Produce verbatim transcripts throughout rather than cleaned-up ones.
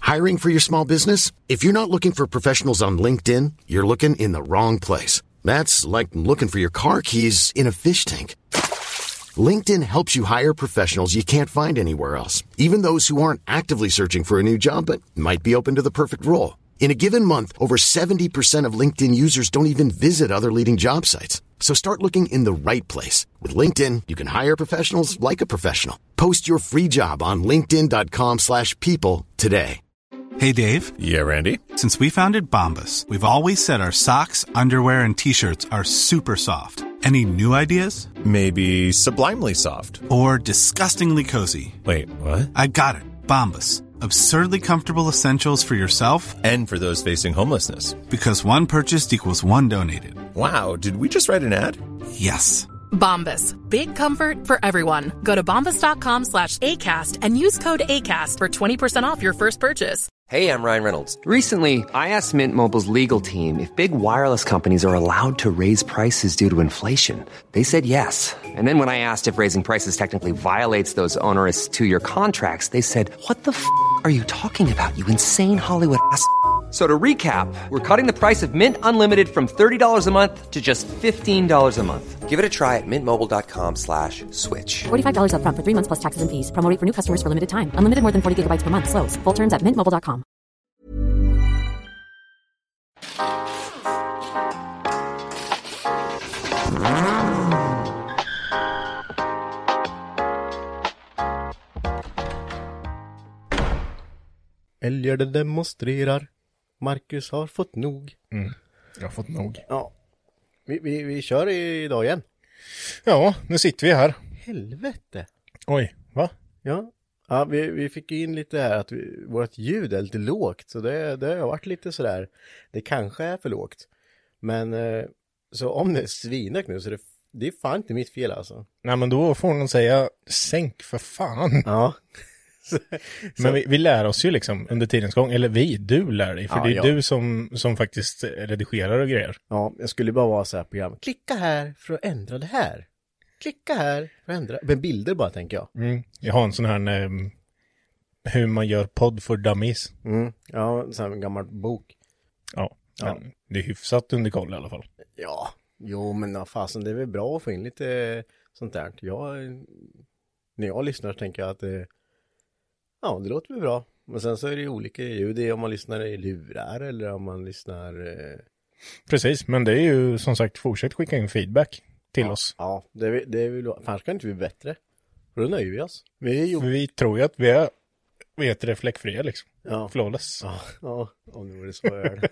Hiring for your small business? If you're not looking for professionals on LinkedIn, you're looking in the wrong place. That's like looking for your car keys in a fish tank. LinkedIn helps you hire professionals you can't find anywhere else, even those who aren't actively searching for a new job but might be open to the perfect role. In a given month, over seventy percent of LinkedIn users don't even visit other leading job sites. So start looking in the right place. With LinkedIn, you can hire professionals like a professional. Post your free job on linkedin dot com slash people today. Hey, Dave. Yeah, Randy. Since we founded Bombas, we've always said our socks, underwear, and T-shirts are super soft. Any new ideas? Maybe sublimely soft. Or disgustingly cozy. Wait, what? I got it. Bombas. Absurdly comfortable essentials for yourself and for those facing homelessness. Because one purchased equals one donated. Wow, did we just write an ad? Yes. Bombas. Big comfort for everyone. Go to bombas dot com slash ACAST and use code ACAST for twenty percent off your first purchase. Hey, I'm Ryan Reynolds. Recently, I asked Mint Mobile's legal team if big wireless companies are allowed to raise prices due to inflation. They said yes. And then when I asked if raising prices technically violates those onerous two-year contracts, they said, what the f*** are you talking about, you insane Hollywood ass f- So to recap, we're cutting the price of Mint Unlimited from thirty dollars a month to just fifteen dollars a month. Give it a try at mintmobile.com slash switch. forty-five dollars up front for three months plus taxes and fees. Promo rate for new customers for limited time. Unlimited more than forty gigabytes per month. Slows full terms at mint mobile dot com. Älgar demonstrerar. Marcus har fått nog. Mm. Jag har fått nog. Ja. Vi, vi, vi kör idag igen. Ja, nu sitter vi här. Helvete. Oj, va? Ja, ja vi, vi fick in lite här att vi, vårt ljud är lite lågt. Så det, det har varit lite sådär. Det kanske är för lågt. Men eh, så om det är svinökt nu så det, det är fan inte mitt fel alltså. Nej, men då får någon säga sänk för fan. Ja. Så, men vi, vi lär oss ju liksom under tidens gång, eller vi, du lär dig, för ja, det är ja. du som, som faktiskt redigerar och grejer. Ja, jag skulle bara vara så här program. Klicka här för att ändra det här. Klicka här för att ändra. Med bilder bara, tänker jag. Mm. Jag har en sån här um, hur man gör podd för dummies. Mm. Ja, en sån här gammal bok. Ja, men ja. Det är hyfsat under koll i alla fall. Ja, jo men ja, fasen, det är väl bra att få in lite sånt där. Jag, när jag lyssnar så tänker jag att det ja, det låter väl bra. Men sen så är det ju olika ljud. Det är om man lyssnar i lurar eller om man lyssnar... Eh... Precis, men det är ju som sagt fortsätt skicka in feedback till ja, oss. Ja, det är, det är väl... Fan, ska inte vi bättre? För då nöjer vi oss. Vi, är ju... vi tror ju att vi är, vi heter det fläckfria liksom. Ja. Flawless. Ja, ja, om det var det så är det.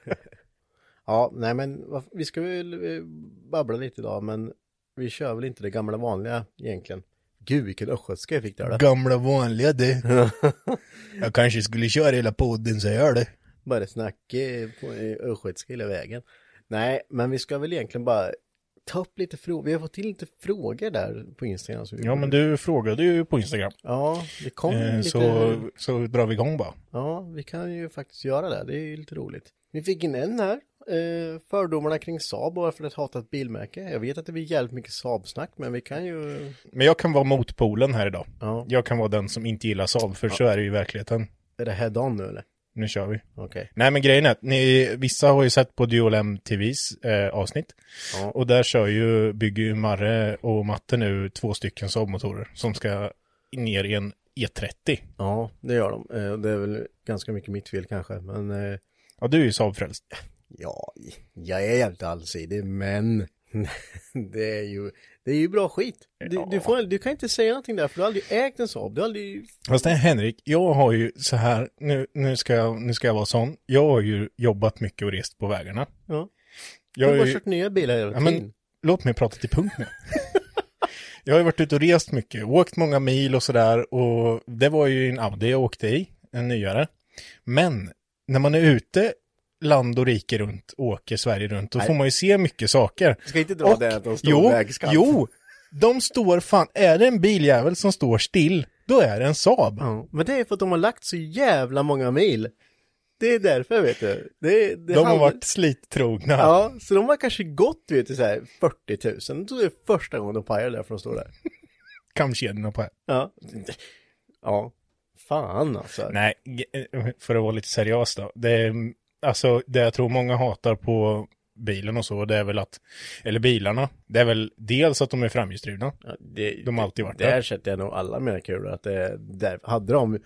Ja, nej men vi ska väl babbla lite idag, men vi kör väl inte det gamla vanliga egentligen. Gud, vilken östgötska jag fick där då. Gamla vanliga det. Jag kanske skulle köra hela podden så jag gör det. Bara snacka på östgötska hela vägen. Nej, men vi ska väl egentligen bara ta upp lite frågor. Vi har fått till lite frågor där på Instagram. Så vi ja, men du frågade ju på Instagram. Ja, det kom eh, lite... Så, så drar vi igång bara. Ja, vi kan ju faktiskt göra det. Det är ju lite roligt. Vi fick in en här. Eh, fördomarna kring Saab bara för ett hatat bilmärke. Jag vet att det blir jävligt mycket Saab-snack, men vi kan ju... Men jag kan vara motpolen här idag. Ja. Jag kan vara den som inte gillar Saab, för ja. Så är det ju i verkligheten. Är det head on nu eller? Nu kör vi. Okay. Nej, men grejen är att ni, vissa har ju sett på Dual M T Vs eh, avsnitt. Ja. Och där kör ju, bygger ju Marre och Matte nu två stycken Saab-motorer som ska ner i en E trettio. Ja, det gör de. Eh, det är väl ganska mycket mitt fel kanske, men... Eh... Ja, du är ju Saab-frälst. Ja, jag är jävligt allsidig, men det är ju det är ju bra skit. Du, ja. du, får, du kan inte säga någonting där, för du har aldrig ägt en Saab. Du har aldrig... Fast det är Henrik, jag har ju så här, nu, nu, ska jag, nu ska jag vara sån. Jag har ju jobbat mycket och rest på vägarna. Ja. Jag du har ju... kört nya bilar hela ja, men, låt mig prata till punkt nu. Jag har ju varit ute och rest mycket, åkt många mil och sådär. Och det var ju en Audi jag åkte i, en nyare. Men när man är ute land och rike runt, åker Sverige runt, då Nej. får man ju se mycket saker. Ska inte dra och, det att de står jo, vägskant. Jo, de står fan, är det en biljävel som står still, då är det en Saab. Ja, men det är för att de har lagt så jävla många mil. Det är därför, vet du. Det, det de har handlar... varit slittrogna. Ja, så de har kanske gått, vet du, så här fyrtio tusen. Så det är första gången de pajar där för att stå där. Kamkedjorna på här. Ja. Ja. Fan alltså. Nej, för att vara lite seriös då. Det är, alltså, det jag tror många hatar på bilen och så, det är väl att, eller bilarna, det är väl dels att de är framhjulsdrivna. Ja, det, de har alltid varit där. Där där. sätter jag nog alla mina kulor att det, där, hade de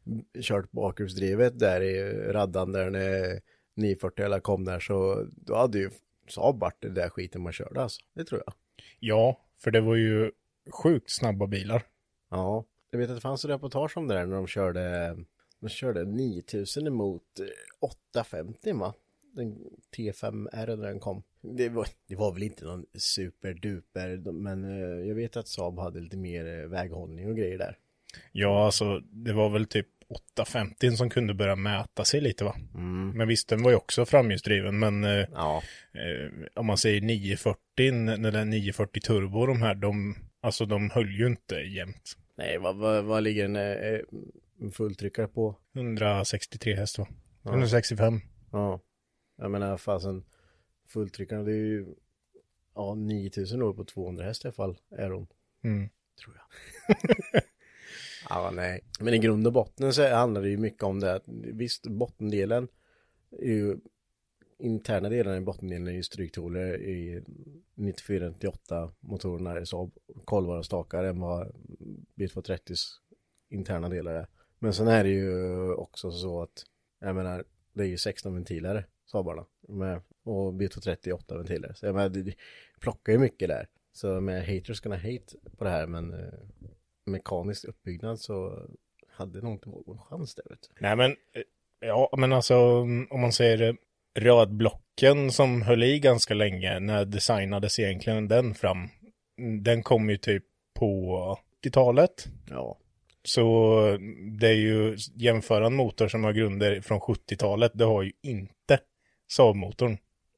kört bakhjulsdrivet där i raddan där när nio fyrtio eller kom där, så då hade ju Saab varit det där skiten man körde alltså. Det tror jag. Ja, för det var ju sjukt snabba bilar. Ja, jag vet att det fanns ett reportage om det där när de körde de körde niotusen emot åtta femtio va? Den T fem R när den kom. Det var, det var väl inte någon superduper, men jag vet att Saab hade lite mer väghållning och grejer där. Ja, alltså det var väl typ åtta femtio som kunde börja mäta sig lite va? Mm. Men visst, den var ju också framhjulsdriven, men ja. eh, om man säger nio fyrtio, när den nio fyrtio turbo, de här, de, alltså de höll ju inte jämnt. Nej, vad, vad, vad ligger en, en fulltryckare på? hundrasextiotre häst va? Ja. hundrasextiofem. Ja, jag menar fasen fulltryckaren, det är ju ja, niotusen år på tvåhundra häst i alla fall, är hon. Mm. Tror jag. Ja, nej. Men i grund och botten så handlar det ju mycket om det att visst, bottendelen är ju, interna delen i bottendelen är ju stryktåler i nittiofyra nittioåtta motorerna är så kolvar och stakar än vad B tvåhundratrettio:s interna delar är. Men sen är det ju också så att, jag menar, det är ju sexton ventiler Saabarna med, och B tvåhundratrettio åtta ventiler. Så jag menar, det, det plockar ju mycket där. Så med haters gonna hate på det här, men eh, mekanisk uppbyggnad så hade nog inte någon chans där, vet du. Nej, men ja, men alltså om man säger rödblocken som höll i ganska länge, när designades egentligen den fram? Den kom ju typ på åttiotalet. Ja. Så det är ju, jämföra en motor som har grunder från sjuttiotalet, det har ju inte Saab-motorn.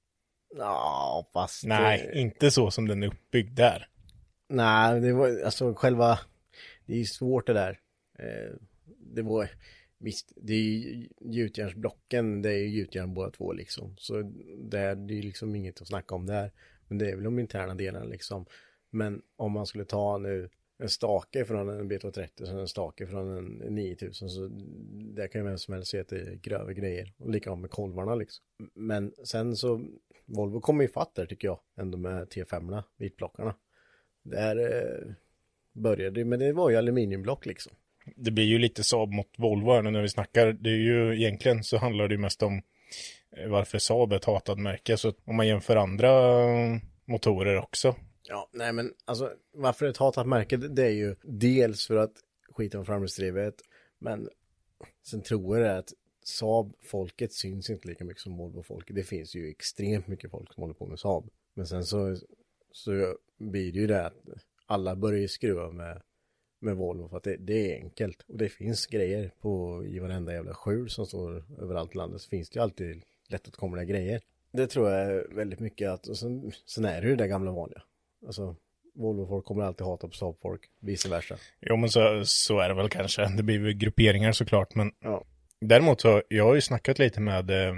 Ja, fast... Nej, det... inte så som den är uppbyggd där. Nej, det var alltså själva... Det är ju svårt det där. Eh, det var... Visst, det är ju gjutjärnsblocken, det är ju gjutjärn båda två liksom. Så det är, det är liksom inget att snacka om där. Men det är väl de interna delarna liksom. Men om man skulle ta nu en stake från en B tvåhundratrettio och en stake från en niotusen, så där kan ju vem som helst se att det är gröva grejer. Och likadant med kolvarna liksom. Men sen så, Volvo kommer ju fatt där tycker jag, ändå med T fem-erna, vitplockarna. Där eh, började det, men det var ju aluminiumblock liksom. Det blir ju lite Saab mot Volvo när vi snackar. Det är ju egentligen så handlar det ju mest om varför Saab är ett hatad märke. Så om man jämför andra motorer också. Ja, nej men alltså varför ett hatat märke, det är ju dels för att skiten var framhjulsdrivet, men sen tror jag att Saab-folket syns inte lika mycket som Volvo-folket. Det finns ju extremt mycket folk som håller på med Saab. Men sen så, så blir det ju det att alla börjar skruva med med Volvo för att det, det är enkelt. Och det finns grejer på i varenda jävla skjul som står överallt i landet, så finns det ju alltid lättåtkomliga grejer. Det tror jag är väldigt mycket att, och sen, sen är det ju det gamla vanliga. Alltså, Volvo-folk kommer alltid hata på Saab-folk, vice versa. Jo, men så, så är det väl kanske. Det blir väl grupperingar såklart, men ja. Däremot så, jag har ju snackat lite med eh,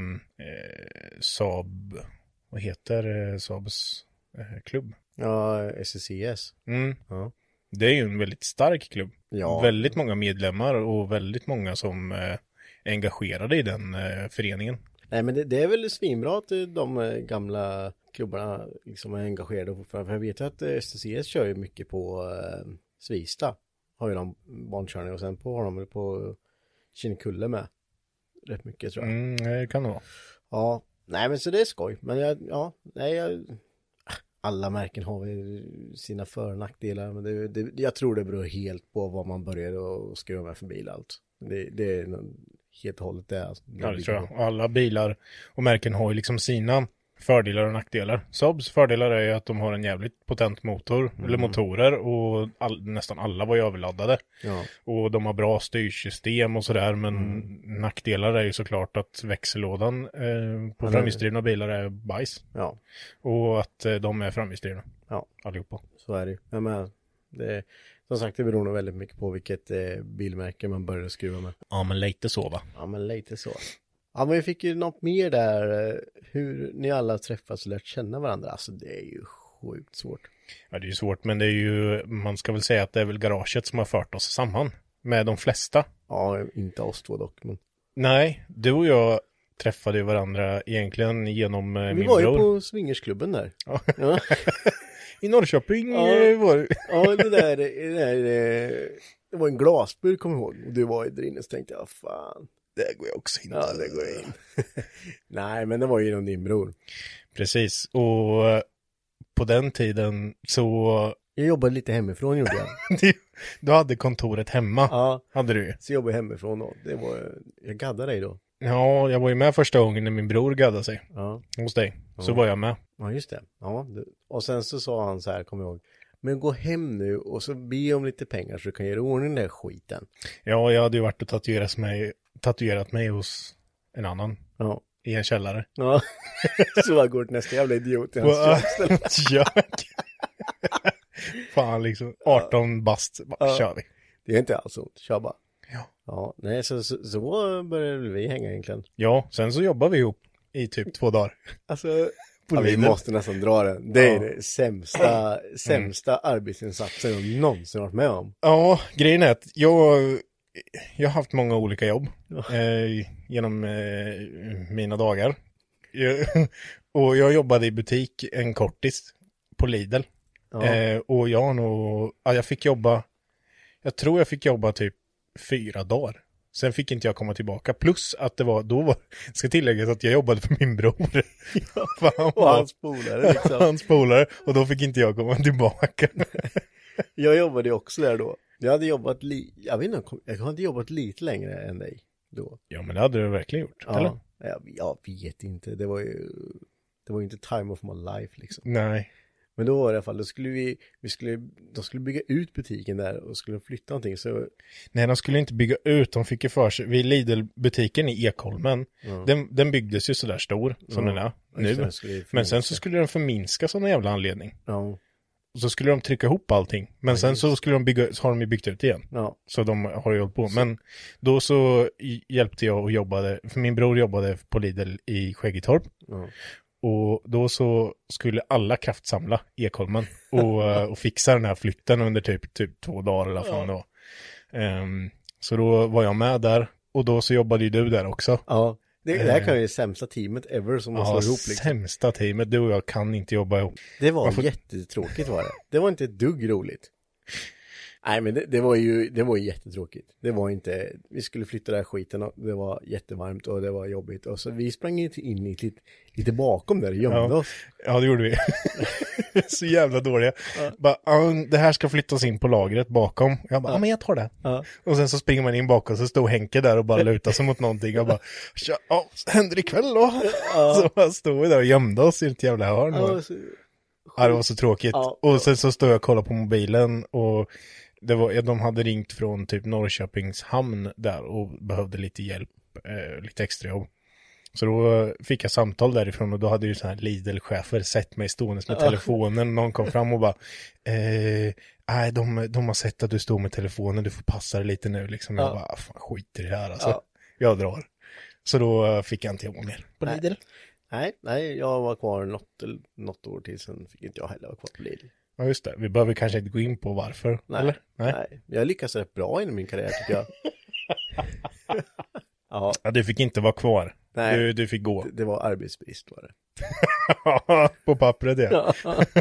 Saab, vad heter eh, Saabs eh, klubb? Ja, S C S. Mm. Ja. Det är ju en väldigt stark klubb. Ja. Väldigt många medlemmar och väldigt många som eh, är engagerade i den eh, föreningen. Nej, men det, det är väl svinbra att de eh, gamla klubbarna liksom är engagerade. För jag vet att eh, S C S kör ju mycket på eh, Svista. Har ju de barnkörning och sen på, har de på Kinnekulle med. Rätt mycket tror jag. Mm, det kan det vara. Ja, nej men så det är skoj. Men jag, ja, nej jag... Alla märken har väl sina för- och nackdelar, men det, det, jag tror det beror helt på vad man börjar och skruva med för bil allt. Det, det är helt och hållet det. Alltså, det ja, det tror jag. Alla bilar och märken har ju liksom sina fördelar och nackdelar. Saabs fördelar är ju att de har en jävligt potent motor, mm. eller motorer, och all, nästan alla var ju överladdade. Ja. Och de har bra styrsystem och sådär, men mm. nackdelar är ju såklart att växellådan eh, på framhjulsdrivna bilar är bajs. Ja. Och att eh, de är framhjulsdrivna. Ja. Allihopa. Så är det ju. Ja, men det, som sagt, det beror nog väldigt mycket på vilket eh, bilmärke man börjar skruva med. Ja, men lite så va? Ja, men lite så. Ja, men vi fick ju något mer där, hur ni alla träffats och lärt känna varandra. Alltså det är ju sjukt svårt. Ja, det är ju svårt, men det är ju, man ska väl säga att det är väl garaget som har fört oss samman med de flesta. Ja, inte oss två dock. Men... Nej, du och jag träffade ju varandra egentligen genom eh, Vi min var ju bror. på swingersklubben där. Ja. Ja. I Norrköping Ja. eh, var det. Ja, det där, det där, eh, det var en glasbur, kommer jag ihåg. Och du var ju där inne, så tänkte jag, fan. Där går jag också in. Ja, det går in. Nej, men det var ju genom din bror. Precis, och eh, på den tiden så... Jag jobbade lite hemifrån, gjorde jag. du, du hade kontoret hemma, Ja, hade du ju. så jag jobbade hemifrån då. Det var, jag gaddade dig då. Ja, jag var ju med första gången när min bror gaddade sig Ja, hos dig. Så Ja. var jag med. ja just det. Ja, det. Och sen så sa han så här, kommer jag ihåg. Men gå hem nu och så be om lite pengar så du kan göra ordning den där skiten. Ja, jag hade ju varit och tatuerat mig, tatuerat mig hos en annan Ja. i en källare. Ja. Så jag går till nästa jävla idiot i hans Wow. kökställe. Kök. Fan liksom, arton bast, bara Ja. kör vi. Det är inte alls ont, kör bara. Ja. Ja, nej så, så, så började vi hänga egentligen. Ja, sen så jobbar vi ihop i typ två dagar. Alltså, ja, vi Lidl. måste nästan dra den. Det är Ja. det sämsta, sämsta arbetsinsatsen jag någonsin varit med om. Ja, grejen är att jag, jag har haft många olika jobb eh, genom eh, mina dagar. Jag, och jag jobbade i butik en kortis på Lidl. Ja. Eh, och jag har nog, ja, jag fick jobba, jag tror jag fick jobba typ fyra dagar. Sen fick inte jag komma tillbaka. Plus att det var, då var, ska tilläggas att jag jobbade för min bror. Fan, han Och var- hans polare liksom. hans polare. Och då fick inte jag komma tillbaka. Jag jobbade ju också där då. Jag hade jobbat, li- jag vet inte, jag hade jobbat lite längre än dig då. Ja, men det hade du verkligen gjort, eller? Ja, jag, jag vet inte. Det var ju, det var ju inte time of my life liksom. Nej. Men då var det i alla fall, då skulle vi, vi skulle, de skulle bygga ut butiken där och skulle flytta någonting. Så Nej, de skulle inte bygga ut. De fick ju för sig, vid Lidl-butiken i Ekholmen, Ja. den, den byggdes ju sådär stor som Ja, den är just nu. det, skulle vi Men sen så förminska. skulle den förminska som en jävla anledning. Ja, Och så skulle de trycka ihop allting. Men sen så skulle de bygga, så har de ju byggt ut igen. ja, Så de har ju hållit på. Men då så i- hjälpte jag och jobbade, för min bror jobbade på Lidl i Skäggetorp. ja. Och då så skulle alla kraftsamla i Ekholmen och, eh, och fixa den här flytten under typ, typ två dagar eller vad fan det var. Ehm, så då var jag med där och då så jobbade ju du där också. Ja, det, det här kan ju det sämsta teamet ever som man Ja, slår ihop liksom. sämsta teamet. Du och jag kan inte jobba ihop. Det var Man får- jättetråkigt var det. Det var inte ett dugg roligt. Nej men det, det var ju det var ju jättetråkigt. Det var inte, vi skulle flytta den här skiten och det var jättevarmt och det var jobbigt. Och så vi sprang in in lite, lite bakom där och gömde Ja. oss. Ja, det gjorde vi. Så jävla dåliga. Bara, "Ah, det här ska flyttas in på lagret bakom. Jag bara, ja men jag tar det. Ja. Och sen så springer man in bakom så stod Henke där och bara lutar sig mot någonting. Jag bara, "Tja, ja, vad händer ikväll då?" Så bara stod vi där och gömde oss i ett jävla hörn. Ja, så, Ja, det var så tråkigt. Ja. Och sen så stod jag och kollade på mobilen och det var, ja, de hade ringt från typ Norrköpings hamn där och behövde lite hjälp, eh, lite extra jobb. Så då fick jag samtal därifrån och då hade ju så här Lidl-chefer sett mig ståendes med telefonen. Någon kom fram och bara, eh, nej de, de har sett att du står med telefonen, du får passa dig lite nu liksom. Jag Ja. bara, fan skit i det här alltså. Ja. Jag drar. Så då eh, fick jag inte jobba mer på Nej. Lidl. nej, nej, jag var kvar något, eller något år till, sen fick inte jag heller vara kvar på Lidl. Ja just det, vi behöver kanske inte gå in på varför. Nej, eller? nej. Jag lyckas rätt bra inom min karriär tycker jag. Ja, Ja, du fick inte vara kvar. Nej. Du, du fick gå. det, det var arbetsbrist var det. På pappret, ja.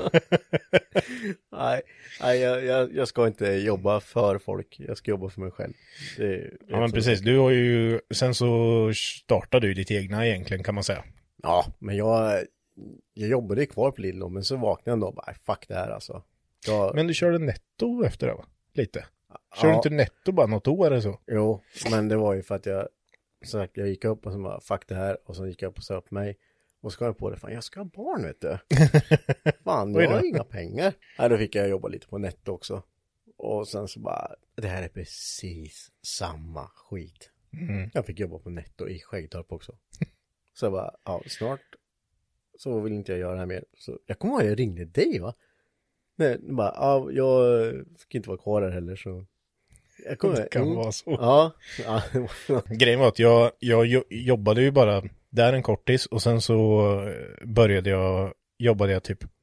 nej, nej jag, jag, jag ska inte jobba för folk. Jag ska jobba för mig själv. Det, det är Ja, men så- precis. Du har ju, sen så startade du ditt egna egentligen kan man säga. Ja, men jag, jag jobbade kvar på Lidl, men så vaknade jag ändå och bara, fuck det här alltså. Jag, Men du körde netto efter det va? Lite. Körde Ja. du inte netto bara något år eller så? Jo, men det var ju för att jag, så sagt, jag gick upp och så bara, fuck det här. Och så gick jag upp och sa upp mig. Och så kom jag på det, fan jag ska ha barn vet du. Fan, Oj jag då. har inga pengar. Nej, då fick jag jobba lite på netto också. Och sen så bara, det här är precis samma skit. Mm. Jag fick jobba på netto i Skäggetorp också. Så jag bara, ja snart så vill inte jag göra det här mer. Så jag kommer ihåg att jag ringde dig va? Nej, bara, ja, jag fick inte vara kvar där heller så. Jag kommer, Det kan mm, vara så. Ja, ja, det var- Grejen var att jag, jag jo- jobbade ju bara där en kortis och sen så eh, började jag, jobbade jag typ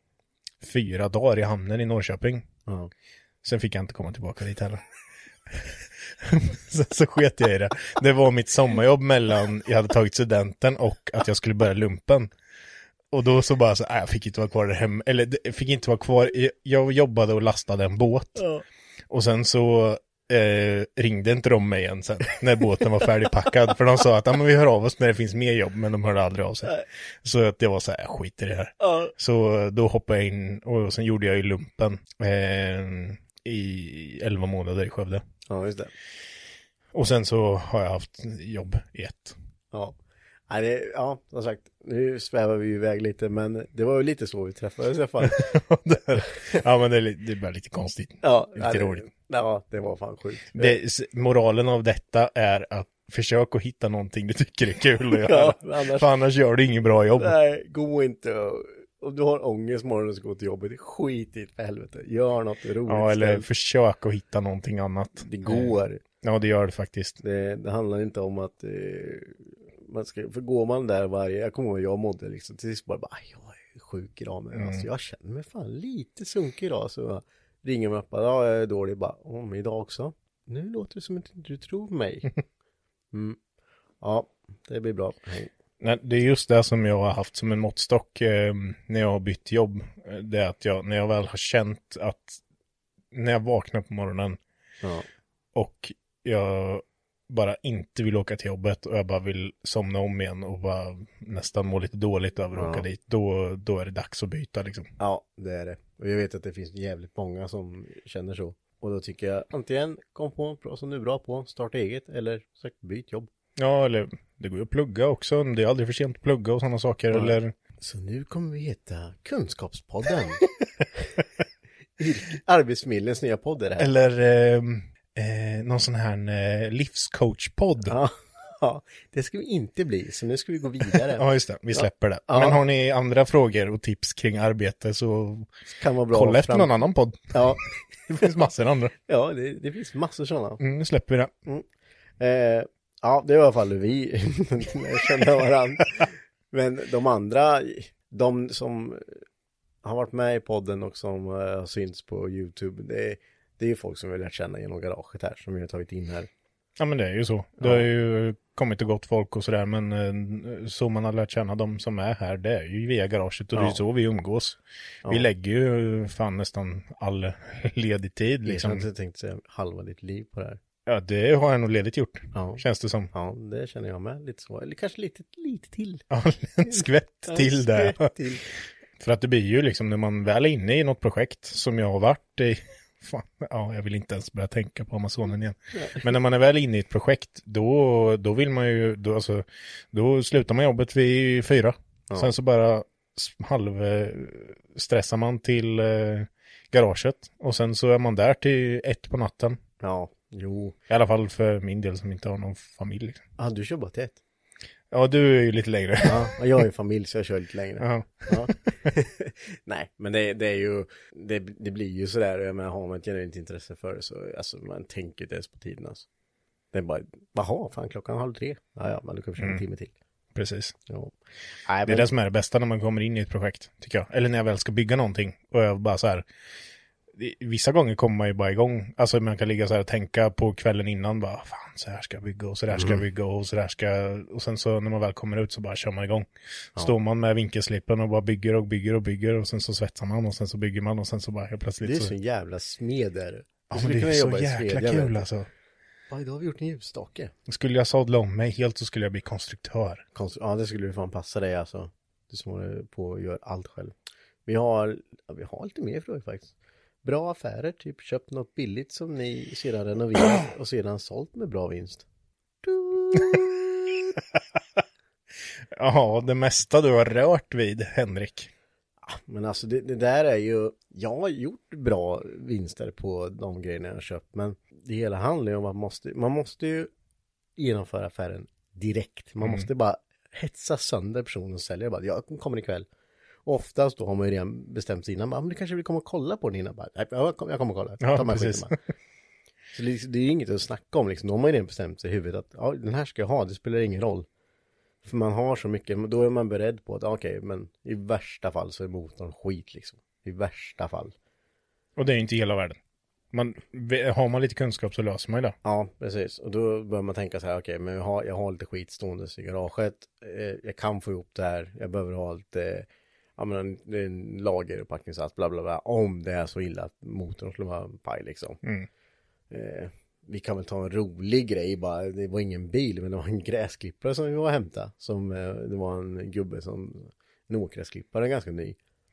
fyra dagar i hamnen i Norrköping. ja. Sen fick jag inte komma tillbaka dit heller. så, så sket jag i det. Det var mitt sommarjobb mellan jag hade tagit studenten och att jag skulle börja lumpen. Och då så bara så, äh, jag fick inte vara kvar där hemma. Eller jag fick inte vara kvar. Jag jobbade och lastade en båt. Ja. Och sen så eh, ringde inte de mig igen sen. När båten var färdigpackad. För de sa att ah, men vi hör av oss när det finns mer jobb. Men de hörde aldrig av sig. Nej. Så att det var så här, skit i det här. Ja. Så då hoppade jag in. Och sen gjorde jag ju lumpen. Eh, I elva månader i Skövde. Ja, just det. Och sen så har jag haft jobb i ett. Ja. Nej, det, ja, som sagt, nu svävar vi iväg lite, men det var ju lite så vi träffades i alla fall. Ja, men det, det är bara lite konstigt. Ja, lite det, roligt. Ja, det var fan sjukt. Det, moralen av detta är att försök att hitta någonting du tycker är kul att göra. Ja, annars, för annars gör du ingen bra jobb. Nej, gå inte. Om du har ångest morgonen och ska gå till jobbet, skit i för helvete. Gör något roligt. Ja, eller istället. Försök att hitta någonting annat. Det går. Ja, det gör det faktiskt. Det, det handlar inte om att eh, man ska, för går man där varje, jag kommer ihåg jag mådde liksom till sist bara, bara jag är sjuk idag, men mm. alltså, jag känner mig fan lite sunkig idag, så jag ringer mig upp, ja jag är dålig, bara, om idag också. Nu låter det som att du tror mig. Mm. Ja, det blir bra. Hej. Nej, det är just det som jag har haft som en måttstock eh, när jag har bytt jobb. Det är att jag, när jag väl har känt att när jag vaknar på morgonen ja. och jag bara inte vill åka till jobbet och jag bara vill somna om igen och bara nästan må lite dåligt över att ja. åka dit, då, då är det dags att byta liksom. Ja, det är det. Och jag vet att det finns jävligt många som känner så. Och då tycker jag antingen kom på bra som du är bra på, starta eget, eller sagt byt jobb. Ja, eller det går ju att plugga också. Det är aldrig för sent att plugga och sådana saker. Ja. Eller... Så nu kommer vi heta Kunskapspodden. Arbetsförmedlingens nya podd är det här. Eller eh, eh, någon sån här eh, livscoachpodd. Ja. Ja, det ska vi inte bli. Så nu ska vi gå vidare. Ja, just det. Vi släpper ja. det. Ja. Men har ni andra frågor och tips kring arbete så kan vara bra kolla efter fram... någon annan podd. Ja. Det finns massor andra. Ja, det, det finns massor sådana. Mm, nu släpper vi det. Mm. Eh, ja, det var i alla fall vi kände varandra. Men de andra, de som har varit med i podden och som har uh, synts på YouTube, det, det är ju folk som vi har lärt känna genom garaget här, som vi har tagit in här. Ja, men det är ju så. Det ja. har ju kommit och gått folk och sådär, men uh, så man har lärt känna de som är här, det är ju via garaget och ja. det är så vi umgås. Ja. Vi lägger ju fan nästan all ledig tid. Liksom. Jag tänkte säga halva ditt liv på det här. Ja, det har jag nog ledigt gjort. Ja. Känns det som. Ja, det känner jag med. Lite så. Eller kanske lite, lite till. Ja, en skvätt till där. Ja, till. För att det blir ju liksom när man väl är inne i något projekt som jag har varit i. Fan, ja, jag vill inte ens börja tänka på Amazonen igen. Ja. Men när man är väl inne i ett projekt, då, då vill man ju, då, alltså, då slutar man jobbet vid fyra. Ja. Sen så bara halv stressar man till eh, garaget. Och sen så är man där till ett på natten. Ja. Jo. I alla fall för min del som inte har någon familj. Ja, du kör bara till ett. Ja, du är ju lite längre. Ja, jag är ju familj så jag kör lite längre. Ja. Ja. Nej, men det, det är ju, det, det blir ju sådär, jag menar, har man ett genuint intresse för det så, alltså man tänker inte ens på tiden alltså. Det är bara, jaha, fan klockan halv tre. Ja, ja, men du kan köra en mm. timme till. Precis. Ja. Nej, det är men... det som är det bästa när man kommer in i ett projekt, tycker jag. Eller när jag väl ska bygga någonting och jag bara så här... Vissa gånger kommer man ju bara igång. Alltså man kan ligga så här och tänka på kvällen innan. Bara, fan, så här ska jag bygga och så där ska jag bygga och så där ska jag... Och sen så när man väl kommer ut så bara kör man igång. Ja. Står man med vinkelslippen och bara bygger och bygger och bygger. Och sen så svetsar man och sen så bygger man och sen så bara helt plötsligt... Det är så, så jävla smed där. Ja, men det är så jäkla kul alltså. Ja, idag har vi gjort en ljusstake. Skulle jag sadla om mig helt så skulle jag bli konstruktör. Konstru- ja, det skulle ju fan passa dig alltså. Du som håller på och gör allt själv. Vi har, ja, vi har lite mer frågor faktiskt. Bra affärer, typ köpt något billigt som ni sedan renoverat och sedan sålt med bra vinst. Ja, det mesta du har rört vid, Henrik. Men alltså det, det där är ju, jag har gjort bra vinster på de grejerna jag har köpt, men det hela handlar ju om att man måste, man måste ju genomföra affären direkt. Man mm. måste bara hetsa sönder personen och sälja. Bara, jag kommer ikväll. Och oftast då har man ju redan bestämt sig innan. Men du kanske vill komma och kolla på den innan. Bara, jag, jag kommer och kolla. Ja, Ta precis. Så det, det är ju inget att snacka om. Liksom. Då har man ju redan bestämt sig i huvudet att ja, den här ska jag ha. Det spelar ingen roll. För man har så mycket. Då är man beredd på att okej, okay, men i värsta fall så är motorn skit liksom. I värsta fall. Och det är ju inte hela världen. Man, har man lite kunskap så löser man ju det. Ja, precis. Och då börjar man tänka så här, okej, okay, men jag har, jag har lite skit stående i garaget. Eh, jag kan få ihop det här. Jag behöver ha lite, ja men en, en lager och packningssats, bla bla bla. Om det är så illa att motorn skulle vara paj liksom. Mm. Eh, vi kan väl ta en rolig grej bara. Det var ingen bil, men det var en gräsklippare som vi var och hämta. Som, eh, det var en gubbe som, en åkgräsklippare, ganska ny.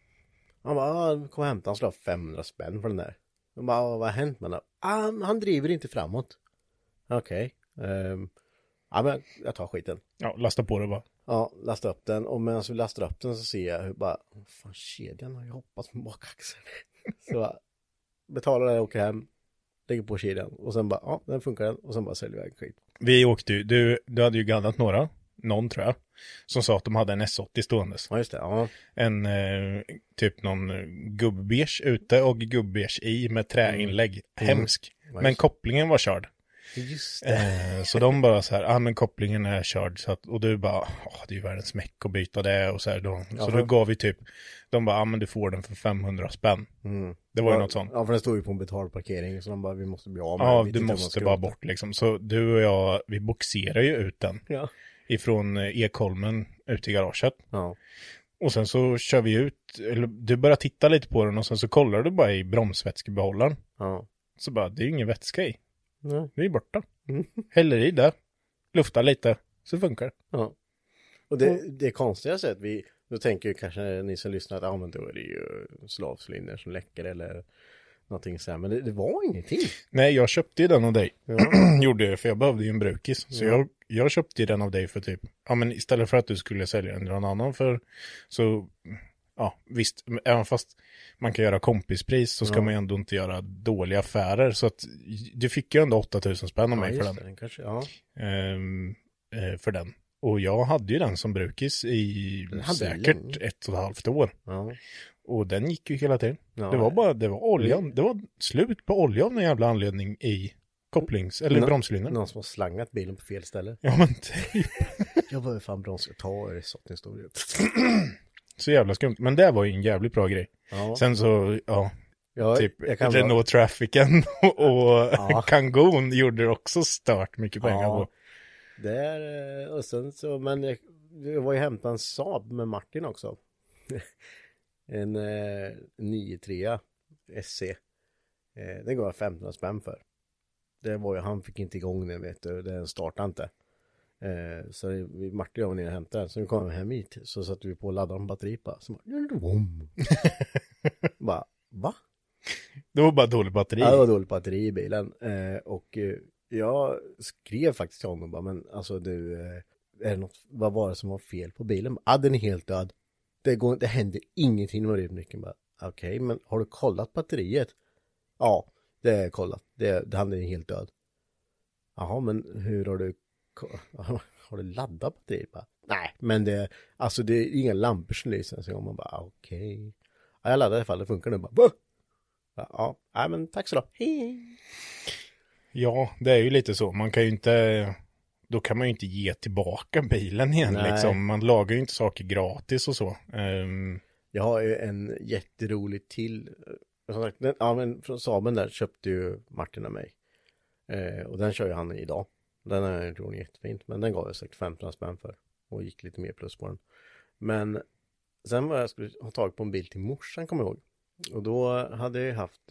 Han bara, ah, kom och hämta, han skulle ha femhundra spänn för den där. De bara, vad har hänt med den? Ah, han driver inte framåt. Okej. Okay. Um, ja, men jag tar skiten. Ja, lasta på det bara. Ja, lasta upp den. Och medan vi lastar upp den så ser jag hur bara, fan, kedjan har ju hoppat på bakaxeln. Så bara, betalar det, åker hem, lägger på kedjan. Och sen bara, ja, den funkar den. Och sen bara säljer jag skit. Vi åkte ju, du, du hade ju gaddat några. Någon tror jag. Som sa att de hade en S åttio ståendes. Ja, just det. Ja. En eh, typ någon gubbbeige ute och gubbbeige i med träinlägg. Mm. Hemsk. Mm. Men kopplingen var körd. Just det. Eh, så de bara så här, ja ah, men kopplingen är körd. Så att, och du bara, åh, det är ju världens meck att byta det. Och så här, då, ja, så för... då gav vi typ, de bara, ja ah, men du får den för femhundra spänn. Mm. Det var ja, ju något sånt. Ja, för den stod ju på en betalparkering. Så de bara, vi måste bli av med. Ja, du måste bara bort liksom. Så du och jag, vi boxerar ju ut den. Ja. Ifrån Ekholmen ut i garaget. Ja. Och sen så kör vi ut, eller du börjar titta lite på den och sen så kollar du bara i bromsvätskebehållaren. Ja. Så bara, det är ju ingen vätska i. Nej. Det är borta. Mm. Häller i där, luftar lite, så funkar det. Ja. Och det, det konstiga sätt, vi, då tänker ju kanske ni som lyssnar att ja, men då är det ju slavslinder som läcker eller någonting så här. Men det, det var ingenting. Nej, jag köpte ju den av dig. Ja. Gjorde det, för jag behövde ju en brukis. Så ja. jag, jag köpte ju den av dig för typ, ja men istället för att du skulle sälja den till någon annan för, så, ja visst, även fast man kan göra kompispris så ska ja. man ju ändå inte göra dåliga affärer. Så att du fick ju ändå åtta tusen spänn av ja, mig för den. den kanske, ja. Ehm, eh, för den. Och jag hade ju den som brukis i säkert länge. ett och ett halvt år. Ja. Och den gick ju hela tiden. Ja, det var bara, det var oljan. Mm. Det var slut på olja av någon jävla anledning i kopplings, eller Nå- bromslynen. Någon som har slangat bilen på fel ställe. Ja, men typ. Jag behöver fan broms. Ta det så en stor Så jävla skumt. Men det var ju en jävligt bra grej. Ja. Sen så, ja. Ja, typ Renault vara... Trafficen och ja. Kangoo gjorde också stört mycket pengar ja. på. Där, och sen så, men jag, jag var ju hämtat en Saab med Martin också. En eh, nio tre S C. Eh, det går femton spänn för. Det var ju, han fick inte igång den, vet du. Den startade inte. Eh, så vi, Martin och jag var nere och hämtade den. Så vi kom hem hit. Så satte vi på och laddade en batteri på. Så bara, bara, va? Det var bara dålig batteri. Ja, det var dåligt batteri i bilen. Eh, och eh, jag skrev faktiskt till honom bara, men alltså du, eh, är det något, vad var det som var fel på bilen? Ja, den är helt död. Det, går, det händer ingenting med nyckeln. Okej, okay, men har du kollat batteriet? Ja, det är kollat. Det, det han är helt död. Jaha, men hur har du har du laddat batteriet? Bara, nej, men det, alltså det är inga lampor som lyser. Så man bara, okej. Okay. Ja, jag laddade i alla fall, det funkar nu. Bara, Bå! Ja, nej, men tack så då. Hej. Ja, det är ju lite så. Man kan ju inte, då kan man ju inte ge tillbaka bilen igen. Liksom. Man lagar ju inte saker gratis och så. Um... Jag har ju en jätterolig till. Som sagt, den, ja, men från Saaben där köpte ju Martin och mig. Eh, och den kör ju han idag. Den är tror jag jättefint. Men den gav jag säkert femton spänn för. Och gick lite mer plus på den. Men sen var jag skulle ha tagit på en bil till morsan, kommer jag ihåg. Och då hade jag haft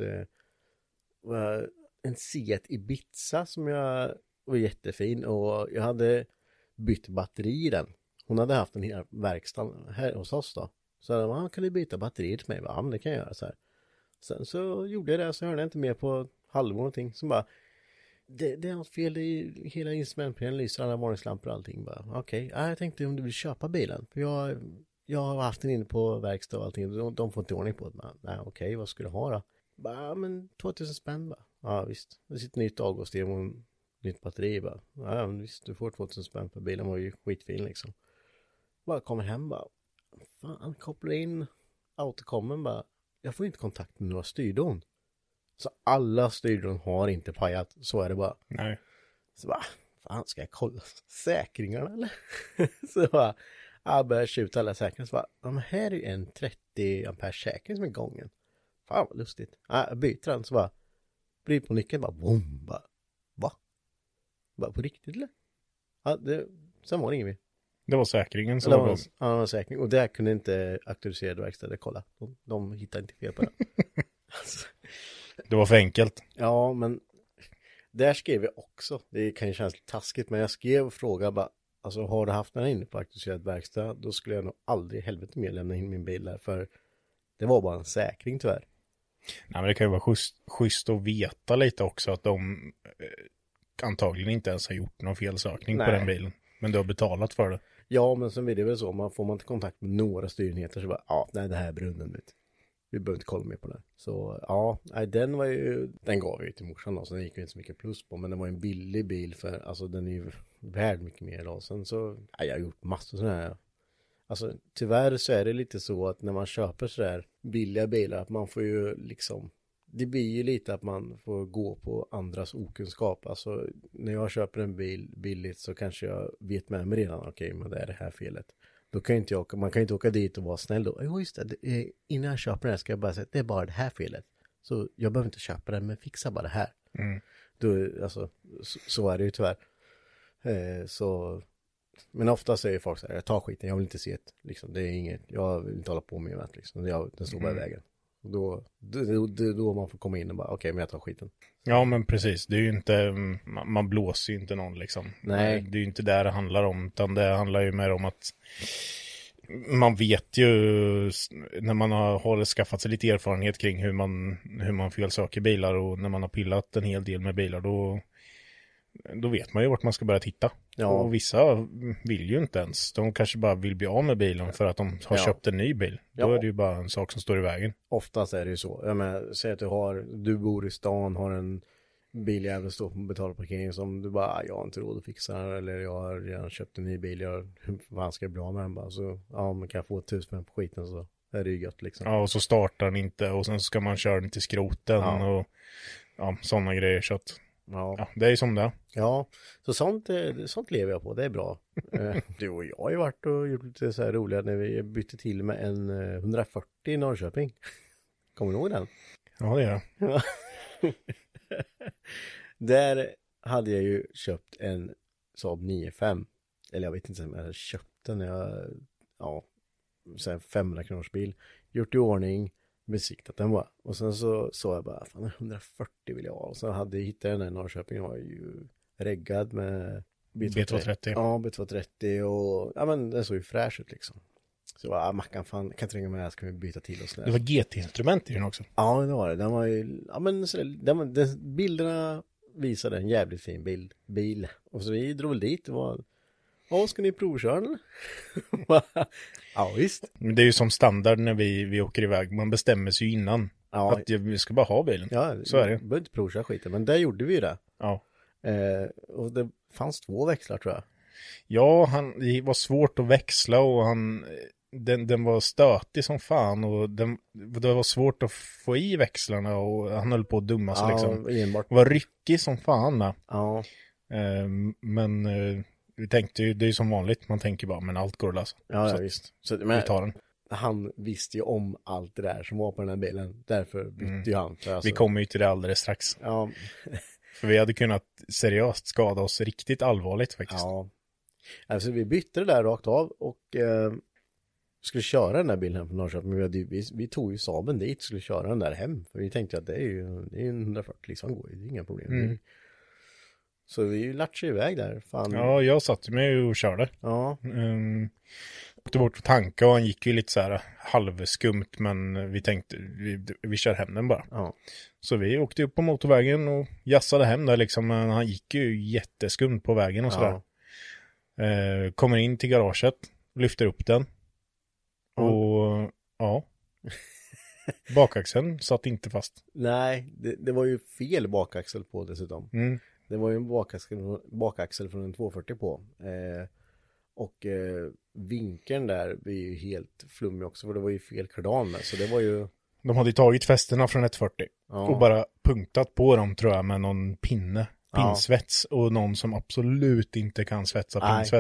eh, en Seat Ibiza som jag var jättefin. Och jag hade bytt batteri i den. Hon hade haft en hel verkstad här hos oss då. Så jag bara, kan du byta batteriet till mig? Ja, men det kan jag göra så här. Sen så gjorde jag det, så hörde jag inte mer på halvår någonting. Så bara, det, det är något fel i hela instrumentpanelen, lyser alla varningslampor och allting. Okej, okay. Jag tänkte om du vill köpa bilen. För jag, jag har haft den inne på verkstad och allting. De, de får inte ordning på det. Nej, okej, okay, vad skulle du ha då? Bara, men tvåtusen spänn bara. Ja, visst. Det sitter nytt avgassystem och nytt batteri bara. Ja, men visst, du får tvåtusen spänn för bilen var ju skitfin liksom. Bara kommer hem bara. Fan, kopplar in autokommen bara. Jag får inte kontakt med några styrdon. Så alla styrdon har inte pajat. Så är det bara. Nej. Så bara, fan ska jag kolla säkringarna eller? Så bara, jag börjar skjuta alla säkringar. Så bara, de här är ju en trettio ampere säkring som är gången. Fan vad lustigt. Ja, jag byter den så bara, vrider på nyckeln, bara boom, bara, va? Bara på riktigt eller? Ja, det, sen var det ingen mer. Det var säkringen som det var, var, ja, det var säkring. Och där kunde inte auktoriserade verkstäder kolla. De, de hittade inte fel på det. Alltså. Det var för enkelt. Ja, men där skrev jag också. Det kan ju kännas lite taskigt, men jag skrev och frågade bara, alltså har du haft den inne på auktoriserad verkstad, då skulle jag nog aldrig helvete mer lämna in min bil där, för det var bara en säkring tyvärr. Nej, men det kan ju vara schysst, schysst att veta lite också att de eh, antagligen inte ens har gjort någon felsökning Nej. på den bilen. Men du har betalat för det. Ja, men sen är det väl så. Man får man inte kontakt med några styrenheter så bara, ja, nej, det här är brunnen. Vet. Vi behöver inte kolla mer på det. Så ja, nej, den var ju, den gav vi till morsan då, så den gick ju inte så mycket plus på. Men det var en billig bil för, alltså den är ju värd mycket mer idag. Sen så, ja, jag har gjort massor sådana här. Alltså tyvärr så är det lite så att när man köper så där billiga bilar, att man får ju liksom, det blir ju lite att man får gå på andras okunskap. Alltså när jag köper en bil billigt så kanske jag vet med mig redan, okej, okay, men det är det här felet. Då kan inte jag åka, man kan inte åka dit och vara snäll då. Jo just det, det är, innan jag köper den här ska jag bara säga att det är bara det här felet. Så jag behöver inte köpa den, men fixa bara det här. Mm. Då, alltså, så, så är det ju tyvärr. Eh, så, men ofta säger folk så här, jag tar skiten, jag vill inte se det. Liksom, det är inget, jag vill inte hålla på med det. Liksom. Jag, den står bara mm. i vägen. Och då, då, då, då man får komma in och bara, okej, okay, men jag tar skiten. Ja, men precis. Det är ju inte, man, man blåser ju inte någon liksom. Nej. Det är ju inte där det handlar om, utan det handlar ju mer om att man vet ju när man har, har skaffat sig lite erfarenhet kring hur man, hur man felsöker bilar, och när man har pillat en hel del med bilar, då, då vet man ju vart man ska börja titta. Ja. Och vissa vill ju inte ens. De kanske bara vill bli av med bilen för att de har ja. köpt en ny bil. Då ja. är det ju bara en sak som står i vägen. Oftast är det ju så. Jag menar, säg att du har, du bor i stan, har en biljävel står på betalparkering som du bara, jag har inte råd att fixa den, eller jag har redan köpt en ny bil, jag, hur fan ska jag bli av med den bara? Så ja, man kan få tusen spänn på skiten, så är det ju gött liksom. Ja, och så startar den inte, och sen ska man köra den till skroten ja. och ja, sådana grejer, så att ja. ja, det är ju som det. Ja, så sånt, sånt lever jag på, det är bra. Du och jag har ju varit och gjort lite så här roliga när vi bytte till med en hundrafyrtio i Norrköping. Kommer du ihåg den? Ja, det är det. Där hade jag ju köpt en Saab nio fem. Eller jag vet inte om jag hade köpt den. Jag, ja, så här femhundra kronors bil. Gjort i ordning, besiktat den bara. Och sen så sa jag bara, fan hundrafyrtio vill jag ha. Och så hade jag hittat den här i Norrköping. Den var ju reggad med B tvåhundratrettio. Ja, B tvåhundratrettio. Och ja, men den såg ju fräsch ut liksom. Så ja, Mackan, fan, kan inte ringa med, så kan vi byta till oss. Det var G T-instrument i den också. Ja, det var det. Den var ju, ja men så, den, den, bilderna visade en jävligt fin bild, bil. Och så vi drog väl dit, det var, ja, ska ni provköra eller? Ja, visst. Men det är ju som standard när vi, vi åker iväg, man bestämmer sig ju innan. Ja. Att vi ska bara ha bilen. Ja, så är det. Vi behöver inte provköra skiten, men där gjorde vi ju det. Ja. Eh, och det fanns två växlar tror jag. Ja, han, det var svårt att växla, och han, den, den var stötig som fan, och den, det var svårt att få i växlarna, och han höll på att dumma sig ja, liksom. Enbart. Det var ryckig som fan. Med. Ja. Eh, men eh, vi tänkte ju, det är ju som vanligt, man tänker bara, men allt går att lösa. Ja, ja visst. Så, men, vi tar den. Han visste ju om allt det där som var på den här bilen, därför bytte mm. ju han. Alltså. Vi kommer ju till det alldeles strax. Ja. För vi hade kunnat seriöst skada oss riktigt allvarligt faktiskt. Ja. Alltså vi bytte det där rakt av och eh, skulle köra den där bilen hem från Norrköping. Men vi, hade, vi, vi tog ju Saaben dit och skulle köra den där hem. För vi tänkte att det är ju det är en hundrafyrtio liksom, går, det är inga problem. Mm. Så vi latchade iväg där. Fan. Ja, jag satt med och körde. Ja. Um, åkte bort på tanka och han gick ju lite så här halvskumt, men vi tänkte vi, vi kör hem den bara. Ja. Så vi åkte upp på motorvägen och jassade hem där liksom, men han gick ju jätteskumt på vägen och sådär. Ja. Eh, kommer in till garaget, lyfter upp den och mm. ja, bakaxeln satt inte fast. Nej, det, det var ju fel bakaxel på dessutom. Mm. Det var ju en bakaxel, bakaxel från en tvåhundrafyrtio på. Eh, och eh, vinkeln där blir ju helt flummig också, för det var ju fel kardan med. Så det var ju... De hade ju tagit fästena från ett fyrtio ja. och bara punktat på dem tror jag med någon pinne. Pinsvets, ja. Och någon som absolut inte kan svetsa pinsvets.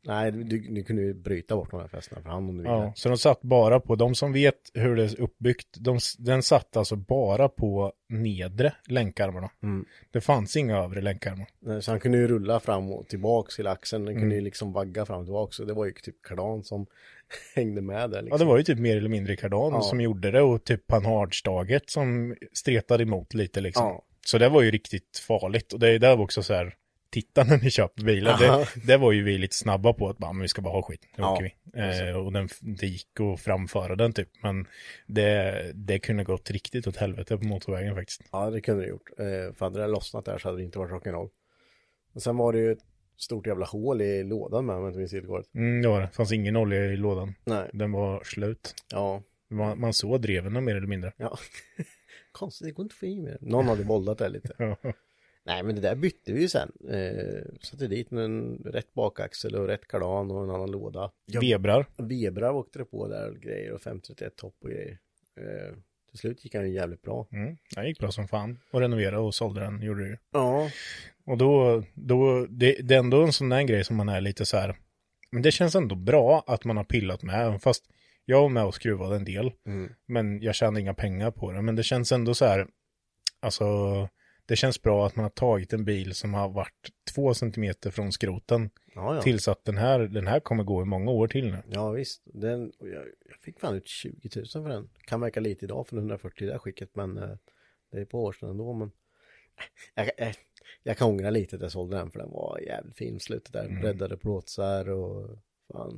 Nej, du, du kunde ju bryta bort de här fästena för hand om du ville. Ja, så de satt bara på, de som vet hur det är uppbyggt, de, den satt alltså bara på nedre länkarmarna. Mm. Det fanns inga övre länkarmar. Nej, så han kunde ju rulla fram och tillbaks till axeln. Den Mm. kunde ju liksom vagga fram och tillbaks. Så det var ju typ kardan som hängde med där liksom. Ja, det var ju typ mer eller mindre kardan Ja. som gjorde det och typ panhardstaget som stretade emot lite liksom. Ja. Så det var ju riktigt farligt och det är där också så här, titta när ni köper bilar. Det, det var ju vi lite snabba på att bara, men vi ska bara ha skit. Nu Ja. åker vi. Eh, och den, det gick att framföra den typ. Men det, det kunde gått riktigt åt helvete på motorvägen faktiskt. Ja, det kunde det gjort. Eh, för hade det lossnat där så hade det inte varit rock'n'roll. Och sen var det ju ett stort jävla hål i lådan med, om jag inte minns helt korrekt. Mm, det var det. Fanns ingen olja i lådan. Nej. Den var slut. Ja. Man, man såg dreven mer eller mindre. Ja. Konstigt, det går inte att få i med det. Någon hade bollat det lite. Ja. Nej, men det där bytte vi ju sen. Eh, satte dit med en rätt bakaxel och rätt kardan och en annan låda. Vebrar. Vebrar åkte det på där och grejer och fem trettioett topp och grejer. Eh, till slut gick han ju jävligt bra. Mm, det gick bra som fan. Och renoverade och sålde den, gjorde det ju. Ja. Och då, då det, det är ändå en sån där grej som man är lite så här. Men det känns ändå bra att man har pillat med. Fast jag var med och skruvade en del. Mm. Men jag tjänade inga pengar på det. Men det känns ändå så här. Alltså, det känns bra att man har tagit en bil som har varit två centimeter från skroten. Ja, ja. Tills att den här, den här kommer gå i många år till nu. Ja, visst. Den, och jag, jag fick fan ut tjugo tusen för den. Kan verka lite idag för hundrafyrtio i det här skicket. Men eh, det är på år sedan ändå. Men jag, jag, jag kan ångra lite att jag sålde den. För den var jävligt fin slutet där. Mm. Breddade plåtsar och fan.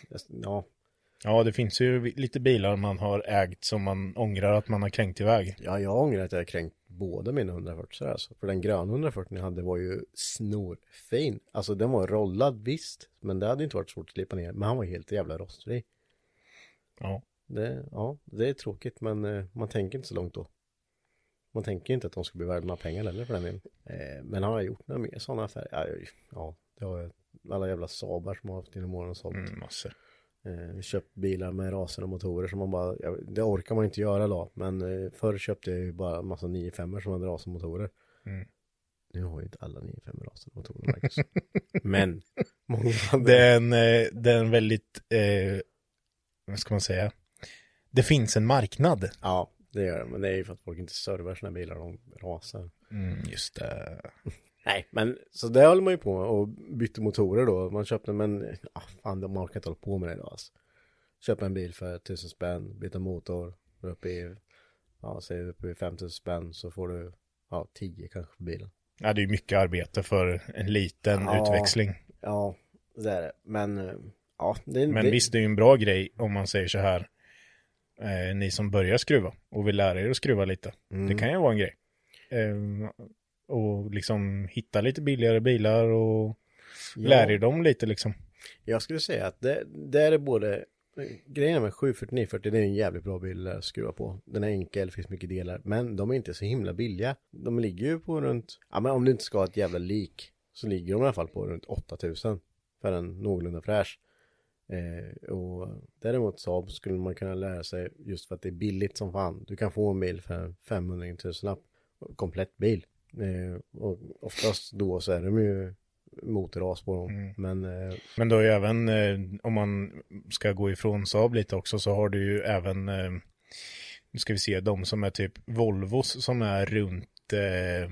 Ja. Ja, det finns ju lite bilar man har ägt som man ångrar att man har kränkt iväg. Ja, jag ångrar att jag har kränkt båda mina hundrafyrtio alltså. För den gröna hundrafyrtio jag hade var ju snorfin. Alltså den var rollad visst. Men det hade inte varit svårt att slipa ner. Men han var helt jävla rostfri. Ja. Det, ja, det är tråkigt men eh, man tänker inte så långt då. Man tänker inte att de ska bli värda några pengar eller för den delen. Eh, men har jag gjort några mer sådana affärer? Ja, ja, det har jag. Alla jävla Sabar som har haft inom åren och sålt. Mm, massor. Eh, köpt bilar med rasande motorer som man bara, ja, det orkar man inte göra då. Men eh, förr köpte jag ju bara en massa nio femmor som hade rasande motorer. Mm. Nu har ju inte alla nio femmor rasande motorer faktiskt. Men många hade... Det är en, eh, det är en väldigt, eh, vad ska man säga? Det finns en marknad. Ja, det gör det. Men det är ju för att folk inte servar sina bilar, de rasar. Mm, just det. Nej, men så det håller man ju på med och bytte motorer då. Man köpte, men ah, fan, man orkar inte hålla på med det då alltså. Köpa en bil för tusen spänn, byta motor, upp i, ja, säg upp i femtusen spänn så får du, ja, tio kanske på bilen. Ja, det är ju mycket arbete för en liten Ja, utväxling. Ja, det är det. Men, eh, ja. Det, Men det, visst, det är ju en bra grej om man säger så här. Eh, ni som börjar skruva och vill lära er att skruva lite. Mm. Det kan ju vara en grej. Eh, och liksom hitta lite billigare bilar och Ja. lära er dem lite liksom. Jag skulle säga att det, det är både, grejen med sju fyrtio nio fyrtio, det är en jävligt bra bil att skruva på. Den är enkel, finns mycket delar, men de är inte så himla billiga. De ligger ju på runt, ja men om du inte ska ha ett jävla lik, så ligger de i alla fall på runt åtta tusen för en någorlunda fräsch. Eh, och däremot Saab skulle man kunna lära sig just för att det är billigt som fan. Du kan få en bil för femhundra tusen lapp, komplett bil. Eh, och oftast då så är de ju motorras på dem. Mm. Men, eh, Men då är ju även, eh, om man ska gå ifrån Saab lite också, så har du ju även, eh, nu ska vi se, de som är typ Volvos som är runt eh,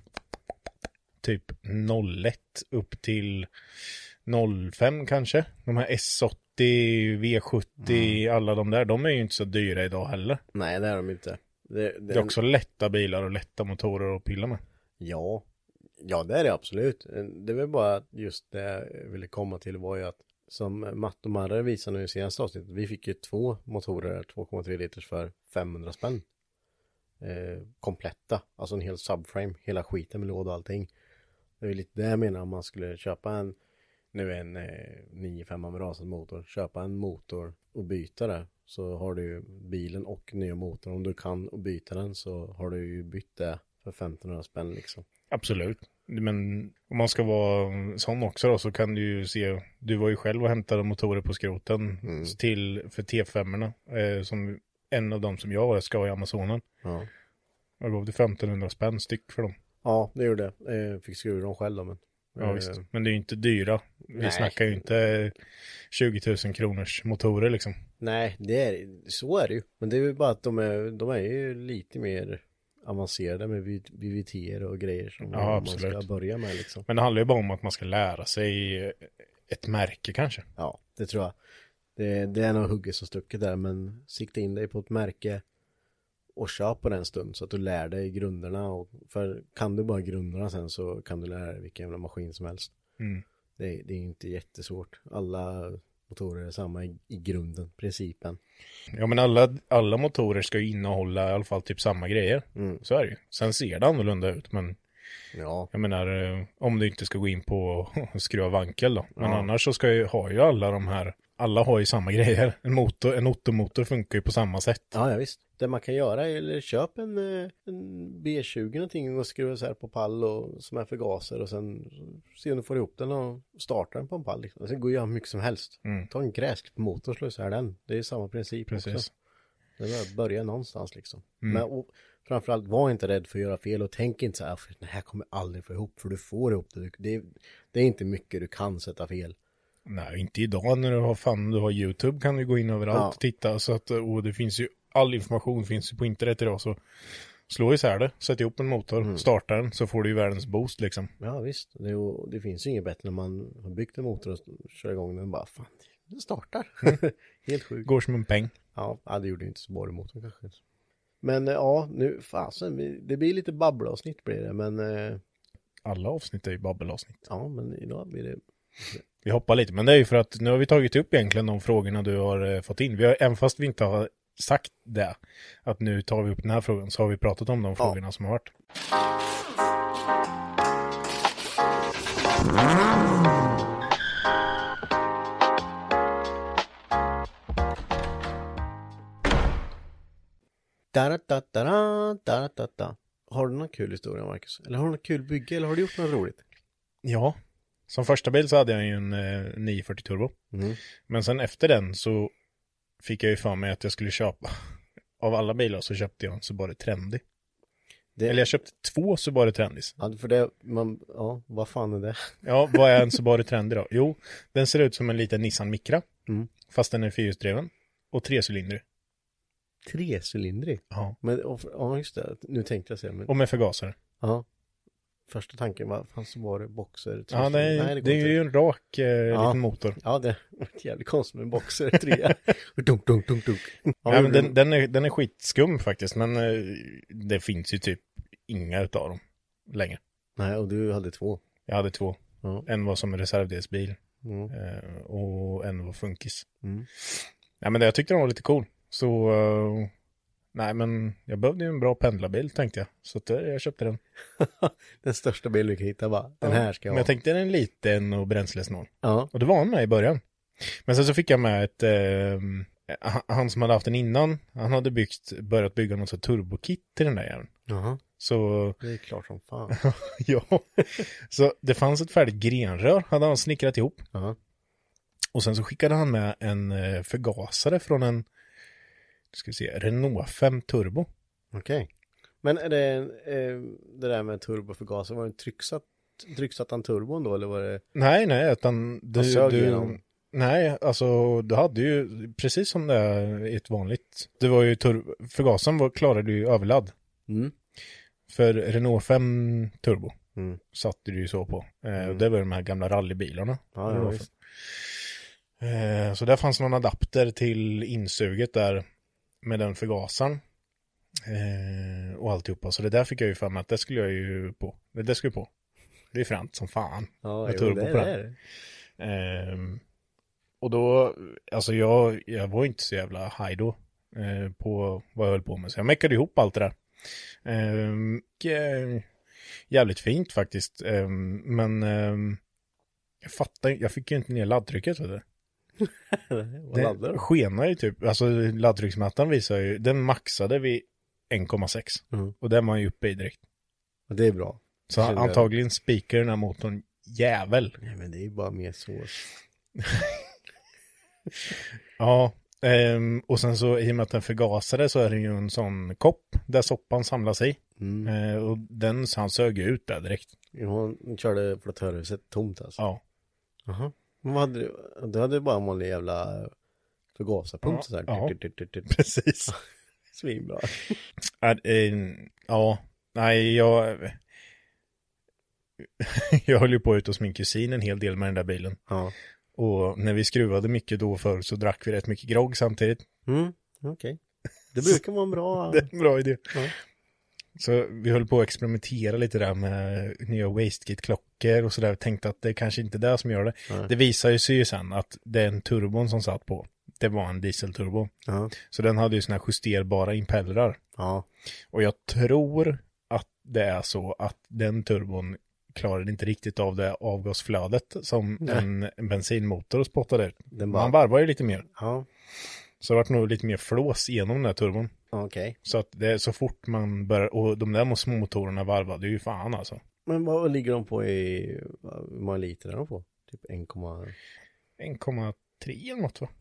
typ noll ett upp till noll fem kanske. De här S åttio, V sjuttio, mm. alla de där, de är ju inte så dyra idag heller. nej, det är de inte. Det, det, Det är också lätta bilar och lätta motorer att pilla med. Ja, ja det är det absolut. Det är väl bara att just det jag ville komma till var ju att som Matt och Marre visade nu i senaste avsnittet, vi fick ju två motorer, två komma tre liters för femhundra spänn. Eh, kompletta, alltså en hel subframe, hela skiten med låda och allting. Det är lite det jag menar om man skulle köpa en, nu en eh, nio fem med rasad motor, köpa en motor och byta det. Så har du ju bilen och nya motorn. Om du kan och byta den så har du ju bytt det för femtonhundra spänn liksom. Absolut. Men om man ska vara sån också då, så kan du ju se, du var ju själv och hämtade motorer på skroten mm. till för T fem-erna eh, som en av dem som jag var, ska vara i Amazonen. Ja. Jag gav det femtonhundra spänn styck för dem. Ja, det gjorde det. Eh, fick skruva dem själv då, men Ja, visst. Men det är ju inte dyra. Vi Nej. snackar ju inte tjugo tusen kronors motorer liksom. Nej, det är, så är det ju. Men det är ju bara att de är, de är ju lite mer avancerade med V V T och grejer som ja, man ska börja med liksom. Men det handlar ju bara om att man ska lära sig ett märke kanske. Ja, det tror jag. Det, det är nog hugget som stucket där, men sikta in dig på ett märke och köp på den stund så att du lär dig grunderna. Och, för kan du bara grunderna sen så kan du lära dig vilken jävla maskin som helst. Mm. Det, det är inte jättesvårt. Alla motorer är samma i, i grunden, principen. Ja, men alla, alla motorer ska ju innehålla i alla fall typ samma grejer. Mm. Så är det ju. Sen ser det annorlunda ut, men ja. Jag menar, om du inte ska gå in på och skruva vankel då. Men ja. Annars så ska ju, ha ju alla de här, alla har ju samma grejer. En motor, en Otto-motor funkar ju på samma sätt. Ja, ja visst. Det man kan göra är, eller köp en, en B tjugo någonting och skruva så här på pall och som är förgaser och sen se om du får ihop den och starta den på en pall. Liksom. Sen går ju mycket som helst. Mm. Ta en gräsklippmotor och slå så här den. Det är samma princip. Precis. Också. Det är börja någonstans liksom. Mm. Men och, framförallt var inte rädd för att göra fel och tänk inte så här, för det här kommer aldrig få ihop, för du får ihop det. Det är, det är inte mycket du kan sätta fel. Nej, inte idag när du har fan, du har YouTube kan du gå in överallt ja. och titta så att, och det finns ju, all information finns ju på internet idag, så slå isär det, sätt ihop en motor, mm. starta den, så får du ju världens boost liksom. Ja visst, det, är, det finns ju inget bättre när man har byggt en motor och kör igång den bara, fan, den startar. Mm. Helt sjukt. Går som en peng. Ja, det gjorde ju inte så bra i motorn kanske. Men ja, nu, fasen, det blir lite babbelavsnitt blir det, men... Eh... Alla avsnitt är ju babbelavsnitt. Ja, men idag blir det... Vi hoppar lite, men det är ju för att nu har vi tagit upp egentligen de frågorna du har eh, fått in. Vi har, även fast vi inte har sagt det, att nu tar vi upp den här frågan, så har vi pratat om de ja. frågorna som har varit. Da, da, da, da, da, da, da. Har du någon kul historia, Marcus? Eller har du någon kul bygge? Eller har du gjort något roligt? Ja, som första bil så hade jag ju en eh, nio fyrtio turbo. Mm. Men sen efter den så fick jag ju för mig att jag skulle köpa, av alla bilar så köpte jag en Subaru Trendy. Det... Eller jag köpte två Subaru Trendys. Ja, för det, man, ja, vad fan är det? Ja, vad är en Subaru Trendy då? Jo, den ser ut som en liten Nissan Micra. Mm. Fast den är fyrhjulsdriven och trecylindrig. Trecylindrig? Ja. Men, och, ja, just det. Nu tänkte jag säga. Men... Och med förgasare. Ja. Första tanken var, fanns det bara boxer? Ja, nej, nej, det, det är ju en rak eh, ja. liten motor. Ja, det är jävligt konstigt med en boxer, trea. dunk, dunk, dunk, dunk. Ja, ja, men den, den, är, den är skitskum faktiskt, men eh, det finns ju typ inga utav dem längre. Nej, och du hade två? Jag hade två. Ja. En var som en reservdelsbil mm. eh, och en var funkis. Mm. Ja, men det, jag tyckte den var lite cool. Så... Uh, nej, men jag behövde ju en bra pendlarbil, tänkte jag. Så att jag köpte den. Den största bilen du kan hitta, va? Den ja, här ska jag men jag tänkte den liten och bränslesnål. Ja. Och det var han med i början. Men sen så fick jag med ett... Eh, han som hade haft den innan, han hade byggt, börjat bygga något så turbokit till den där jäveln. Jaha. Så... Det är klart som fan. Ja. Så det fanns ett färdigt grenrör, hade han snickrat ihop. Ja. Och sen så skickade han med en förgasare från en... Ska vi se, Renault fem Turbo. Okej. Okay. Men är det, eh, det där med turboförgasare, var det en trycksatt, trycksatt en turbon då, eller var det? Nej, nej, utan du, du nej, alltså du hade ju, precis som det är i ett vanligt, det var ju, tur, förgasaren var, klarade ju överladd. Mm. För Renault fem Turbo mm. satte du ju så på. Eh, mm. Det var de här gamla rallybilarna. Ja, ja, visst. Eh, så där fanns någon adapter till insuget där med den förgasaren eh, och alltihopa. Så det där fick jag ju för mig att det skulle jag ju på. Det där skulle jag på. Det är fränt som fan. Ja, jo, turbo det på är det. Eh, och då, alltså jag, jag var inte så jävla high då eh, på vad jag höll på med. Så jag mäckade ihop allt det där. Eh, och, eh, jävligt fint faktiskt. Eh, men eh, jag fattar, jag fick ju inte ner laddtrycket, vet du. Det skenar ju typ, alltså laddtrycksmattan visar ju, den maxade vid en komma sex mm. och den var ju uppe i direkt. Och det är bra. Så antagligen spikar den här motorn jävel. Nej, men det är ju bara mer sås. Ja, Ehm, och sen så i och med att den förgasade så är det ju en sån kopp där soppan samlas i. Mm. Ehm, och den, han sög ut där direkt. Ja, hon körde flottörhuset tomt alltså. Ja. Jaha. Men vad hade du? Du hade bara en vanlig jävla förgasarpump. Ja, så här. ja. Precis. Svinbra. Äh, äh, ja, nej jag... jag höll ju på ut hos min kusin en hel del med den där bilen. Ja. Och när vi skruvade mycket då för så drack vi rätt mycket grogg samtidigt. Mm, okej. Okay. Det brukar vara en bra... det är en bra idé. Ja. Så vi höll på att experimentera lite där med nya wastegate-klockor och sådär. Tänkte att det är kanske inte är det som gör det. Ja. Det visar ju sig ju sen att den turbon som satt på, det var en dieselturbo. Ja. Så den hade ju såna här justerbara impellrar. Ja. Och jag tror att det är så att den turbon klarade inte riktigt av det avgasflödet som Nej. en bensinmotor spottade ut. Bara... Man varvar ju lite mer. Ja. Så det var nog lite mer flås genom den här turbon. Okej. Okay. Så att det är så fort man börjar, och de där små motorerna varvar, det är ju fan alltså. Men vad ligger de på i, hur många liter är de på? Typ en komma tre eller något va?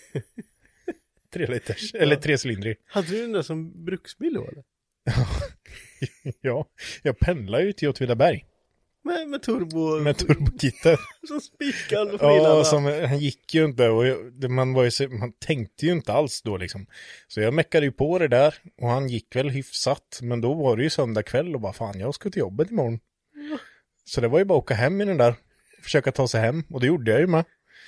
tre liters, eller tre cylindrig. Hade du den där som bruksbil då eller? Ja, jag pendlar ju till Åtvidaberg. Med, med turbo... Med turbokitter. Som spikar och ja, som, han gick ju inte och jag, det, man, var ju, man tänkte ju inte alls då liksom. Så jag meckade ju på det där och han gick väl hyfsat. Men då var det ju söndag kväll och bara fan, jag ska till jobbet imorgon. Mm. Så det var ju bara att åka hem i den där. Försöka ta sig hem och det gjorde jag ju med.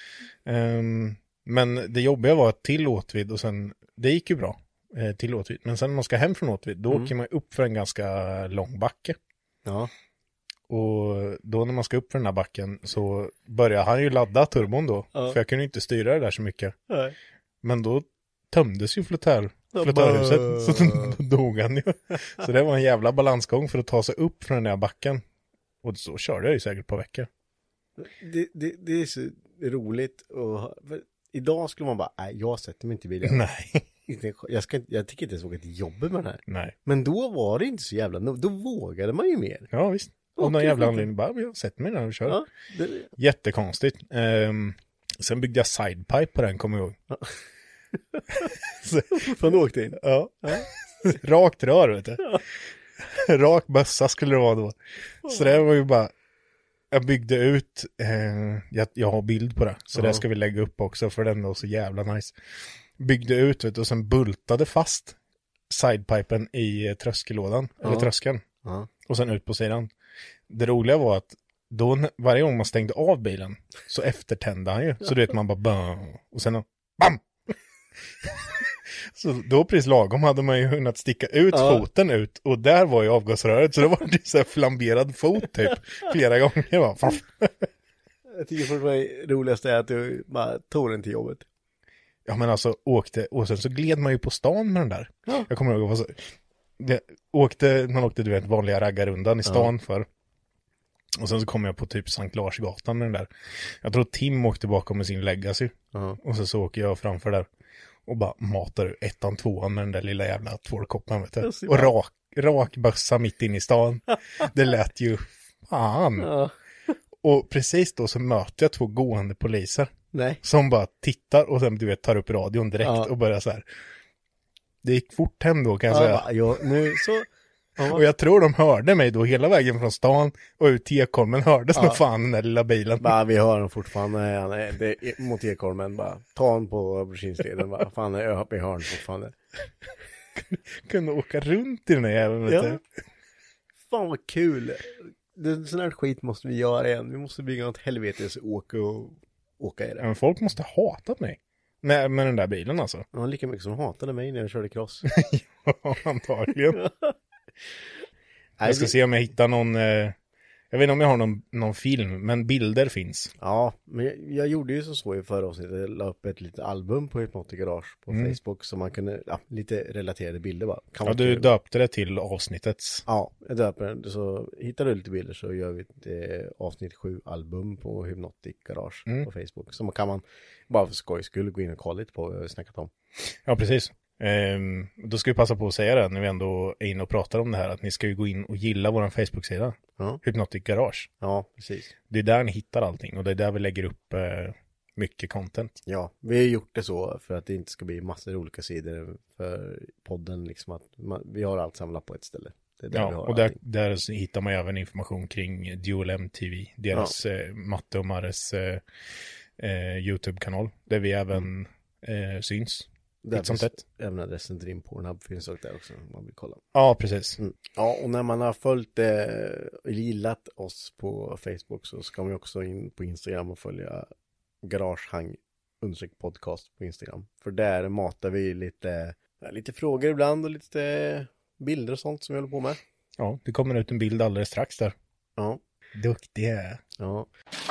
Um, men det jobbiga var att till Åtvid och sen, det gick ju bra eh, till Åtvid. Men sen när man ska hem från Åtvid, då mm. åker man upp för en ganska lång backe. Ja. Och då när man ska upp för den här backen så börjar han ju ladda turbon då. Ja. För jag kunde inte styra det där så mycket. Nej. Men då tömdes ju flottör, flottörhuset. Så då dog han ju. Så det var en jävla balansgång för att ta sig upp från den där backen. Och så körde jag ju säkert på veckor. Det, det, det är så roligt. Och, idag skulle man bara, nej jag sätter mig inte i bilen. Nej. Jag, ska, jag tycker inte ens åka till jobbet med den här. Nej. Men då var det inte så jävla, då vågade man ju mer. Ja visst. Av någon jävla anledning bara, jag sätter mig där och kör. Ja, det... Jättekonstigt. Um, sen byggde jag sidepipe på den, kommer jag ihåg. Ja. Från du åkte in? Ja. ja. Rakt rör, vet du. Ja. Rak bössa skulle det vara då. Så det var ju bara, jag byggde ut, eh, jag, jag har bild på det. Så ja. Det ska vi lägga upp också, för den var så jävla nice. Byggde ut, vet du, och sen bultade fast sidepipen i tröskellådan, ja. Eller tröskeln. Ja. Och sen ut på sidan. Det roliga var att då, varje gång man stängde av bilen så eftertände han ju. Så du vet man bara bam. Och sen bam! Så då precis lagom hade man ju hunnit sticka ut ja. Foten ut. Och där var ju avgasröret. Så då var det så här flamberad fot typ. Flera gånger va. Jag tycker fortfarande det roligaste är att du bara tog den till jobbet. Ja men alltså åkte. Och sen så gled man ju på stan med den där. Ja. Jag kommer ihåg vad så. Det, åkte, man åkte du vet vanliga raggarundan i stan ja. För. Och sen så kom jag på typ Sankt Larsgatan med den där. Jag tror Tim åkte bakom med sin Legacy. Uh-huh. Och så, så åker jag framför där. Och bara matar ettan, tvåan med den där lilla jävla tvålkoppen, vet du. Och rak, rak bössa mitt in i stan. Det lät ju fan. Uh-huh. Och precis då så möter jag två gående poliser. Nej. Som bara tittar och sen du vet tar upp radion direkt uh-huh. och börjar så här. Det gick fort hem då kan jag uh-huh. säga. Ja, nu så... Och jag tror de hörde mig då hela vägen från stan och ut till Ekolmen hördes ja. Nog fan den där lilla bilen. Bara, vi hör den fortfarande han är, det är, mot Ekolmen bara. Ta honom på Överkinsleden bara. Fan är uppe i hörn fortfarande. Kunde åka runt i den här jäveln. Ja. Fan vad kul. Det, sån här skit måste vi göra igen. Vi måste bygga något helvetes åka och åka i det. Ja, men folk måste ha hatat mig. Med, med den där bilen alltså. Ja, lika mycket som de hatade mig när jag körde cross. Ja, antagligen. Jag ska se om jag hittar någon eh, jag vet inte om jag har någon, någon film, men bilder finns. Ja, men jag, jag gjorde ju så så i förra avsnittet. Jag la upp ett litet album på Hypnotic Garage på mm. Facebook så man kunde, ja, lite relaterade bilder bara. Kan ja, du kul. Döpte det till avsnittets. Ja, jag döper det. Så hittar du lite bilder så gör vi ett eh, avsnitt sju album på Hypnotic Garage mm. på Facebook. Så man kan man bara för skojs skull gå in och kolla lite på vad vi snackat om. Ja, precis. Um, då ska vi passa på att säga det när vi ändå är inne och pratar om det här, att ni ska ju gå in och gilla vår Facebook-sida ja. Hypnotic Garage. Ja, precis. Det är där ni hittar allting och det är där vi lägger upp uh, mycket content. Ja, vi har gjort det så för att det inte ska bli massor av olika sidor för podden. Liksom att man, vi har allt samlat på ett ställe. Det är där Ja, vi har och där, allting. där så hittar man även information kring Dual M T V, deras Ja. eh, Matte och Mares eh, eh, YouTube-kanal, där vi även eh, syns. Där Lite som finns tätt. även adressen till din Pornhub finns också där också om man vill kolla. Ja, precis. Mm. Ja, och när man har följt eh, eller gillat oss på Facebook så ska man ju också in på Instagram och följa Garagehang understreck podcast på Instagram. För där matar vi lite, lite frågor ibland och lite bilder och sånt som vi håller på med. Ja, det kommer ut en bild alldeles strax där. Ja. Duktiga. Ja.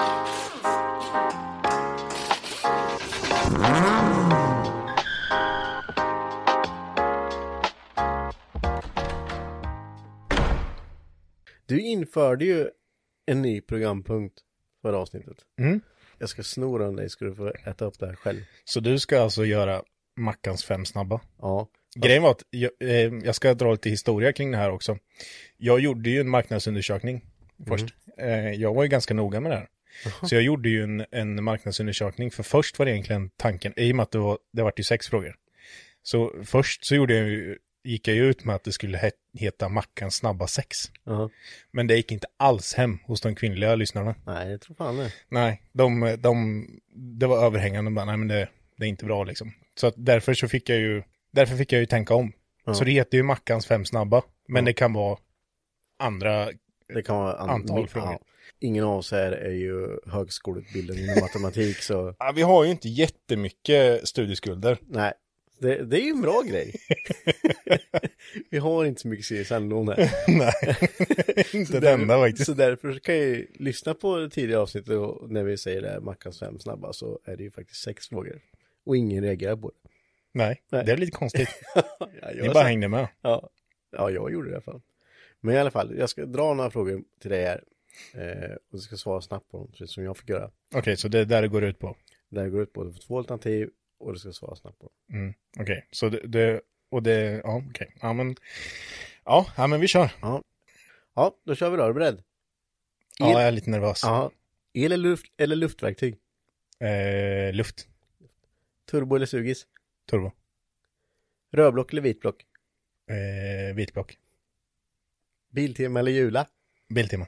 Du införde ju en ny programpunkt för avsnittet. Mm. Jag ska snora om dig, ska du få äta upp det här själv. Så du ska alltså göra Mackans fem snabba. Ja. Grejen var att jag, eh, jag ska dra lite historia kring det här också. Jag gjorde ju en marknadsundersökning först. Eh, jag var ju ganska noga med det här. Uh-huh. Så jag gjorde ju en, en marknadsundersökning. För först var det egentligen tanken, i och med att det var, det var ju sex frågor. Så först så gjorde jag ju, gick jag ju ut med att det skulle he, heta Mackans snabba sex. Uh-huh. Men det gick inte alls hem hos de kvinnliga lyssnarna. Nej, jag tror fan det. Nej, de, de, det var överhängande. Bara, nej men det, det är inte bra liksom. Så att därför så fick jag ju Därför fick jag ju tänka om. Ja. Så det heter ju Mackans fem snabba. Men ja. Det kan vara andra det kan vara an- antal frågor. Ja. Ingen av oss här är ju högskoleutbildad inom matematik. Så... Ja, vi har ju inte jättemycket studieskulder. Nej, det, det är ju en bra grej. Vi har inte så mycket C S N-lån här. Nej, inte det enda faktiskt. Så därför kan jag lyssna på det tidigare avsnittet och när vi säger det här Mackans fem snabba så är det ju faktiskt sex frågor. Och ingen reagerar på det. Nej, Nej, det är lite konstigt. Ja, Ni bara hängde med. Ja. ja, jag gjorde det i alla fall. Men i alla fall, jag ska dra några frågor till dig här. Eh, och du ska svara snabbt på dem, precis som jag fick göra. Okej, okay, så det är där det går ut på? Där det går ut på. Du får två alternativ och du ska svara snabbt på dem. Mm, okej, okay. Så det, det, och det, ja okej. Okay. Ja, men, ja, ja, men vi kör. Ja, ja då kör vi då. Är du beredd? El... Ja, jag är lite nervös. Ja. El eller, luft, eller luftverktyg? Eh, luft. Turbo eller sugis? Turbo. Rödblock eller vitblock? Eh, vitblock. Biltema eller Jula? Biltema.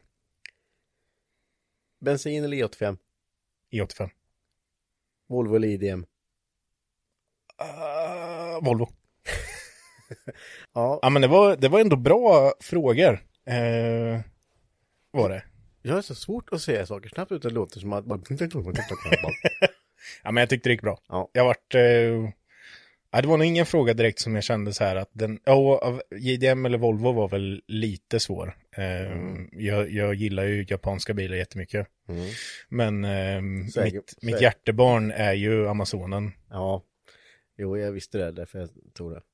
Bensin eller E åttiofem? E åttiofem. Volvo eller I D M? Uh, Volvo. Ja. Ja, men det var, det var ändå bra frågor. Eh, var det? Jag har så svårt att säga saker snabbt utan det låter som att... Ja, men jag tyckte det gick bra. Ja. Jag vart... Eh, ja, det var nog ingen fråga direkt som jag kände så här att den... Ja, J D M eller Volvo var väl lite svår. Eh, mm. jag, jag gillar ju japanska bilar jättemycket. Mm. Men eh, säkert, mitt, säkert. mitt hjärtebarn är ju Amazonen. Ja, jo jag visste det därför jag tog det.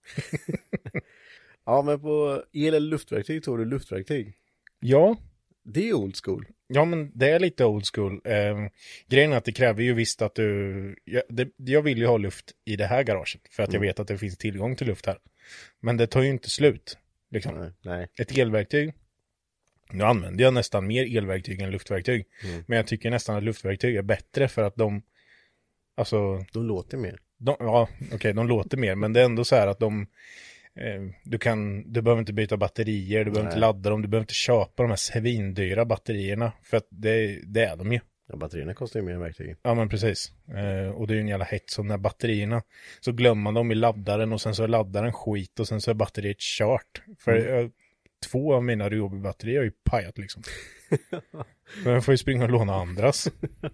Ja, men på el- eller luftverktyg tog du luftverktyg. Ja. Det är old school. Ja, men det är lite old school. Eh, grejen är att det kräver ju visst att du... Jag, det, jag vill ju ha luft i det här garaget. För att mm. jag vet att det finns tillgång till luft här. Men det tar ju inte slut. Liksom. Nej, nej. Ett elverktyg. Nu använder jag nästan mer elverktyg än luftverktyg. Mm. Men jag tycker nästan att luftverktyg är bättre för att de... Alltså... De låter mer. De, ja, okej, okay, de låter mer. Men det är ändå så här att de... Du kan, du behöver inte byta batterier, du behöver Nej. inte ladda dem, du behöver inte köpa de här svindyra batterierna för att det, det är de ju. Ja, batterierna kostar ju mer än verktyg. Ja, men precis. Eh, och det är ju en jävla hets om de här batterierna. Så glömmer man dem i laddaren och sen så är laddaren skit och sen så är batteriet kört. För mm. jag, två av mina Ryobi-batterier är ju pajat liksom. Men jag får ju springa och låna andras.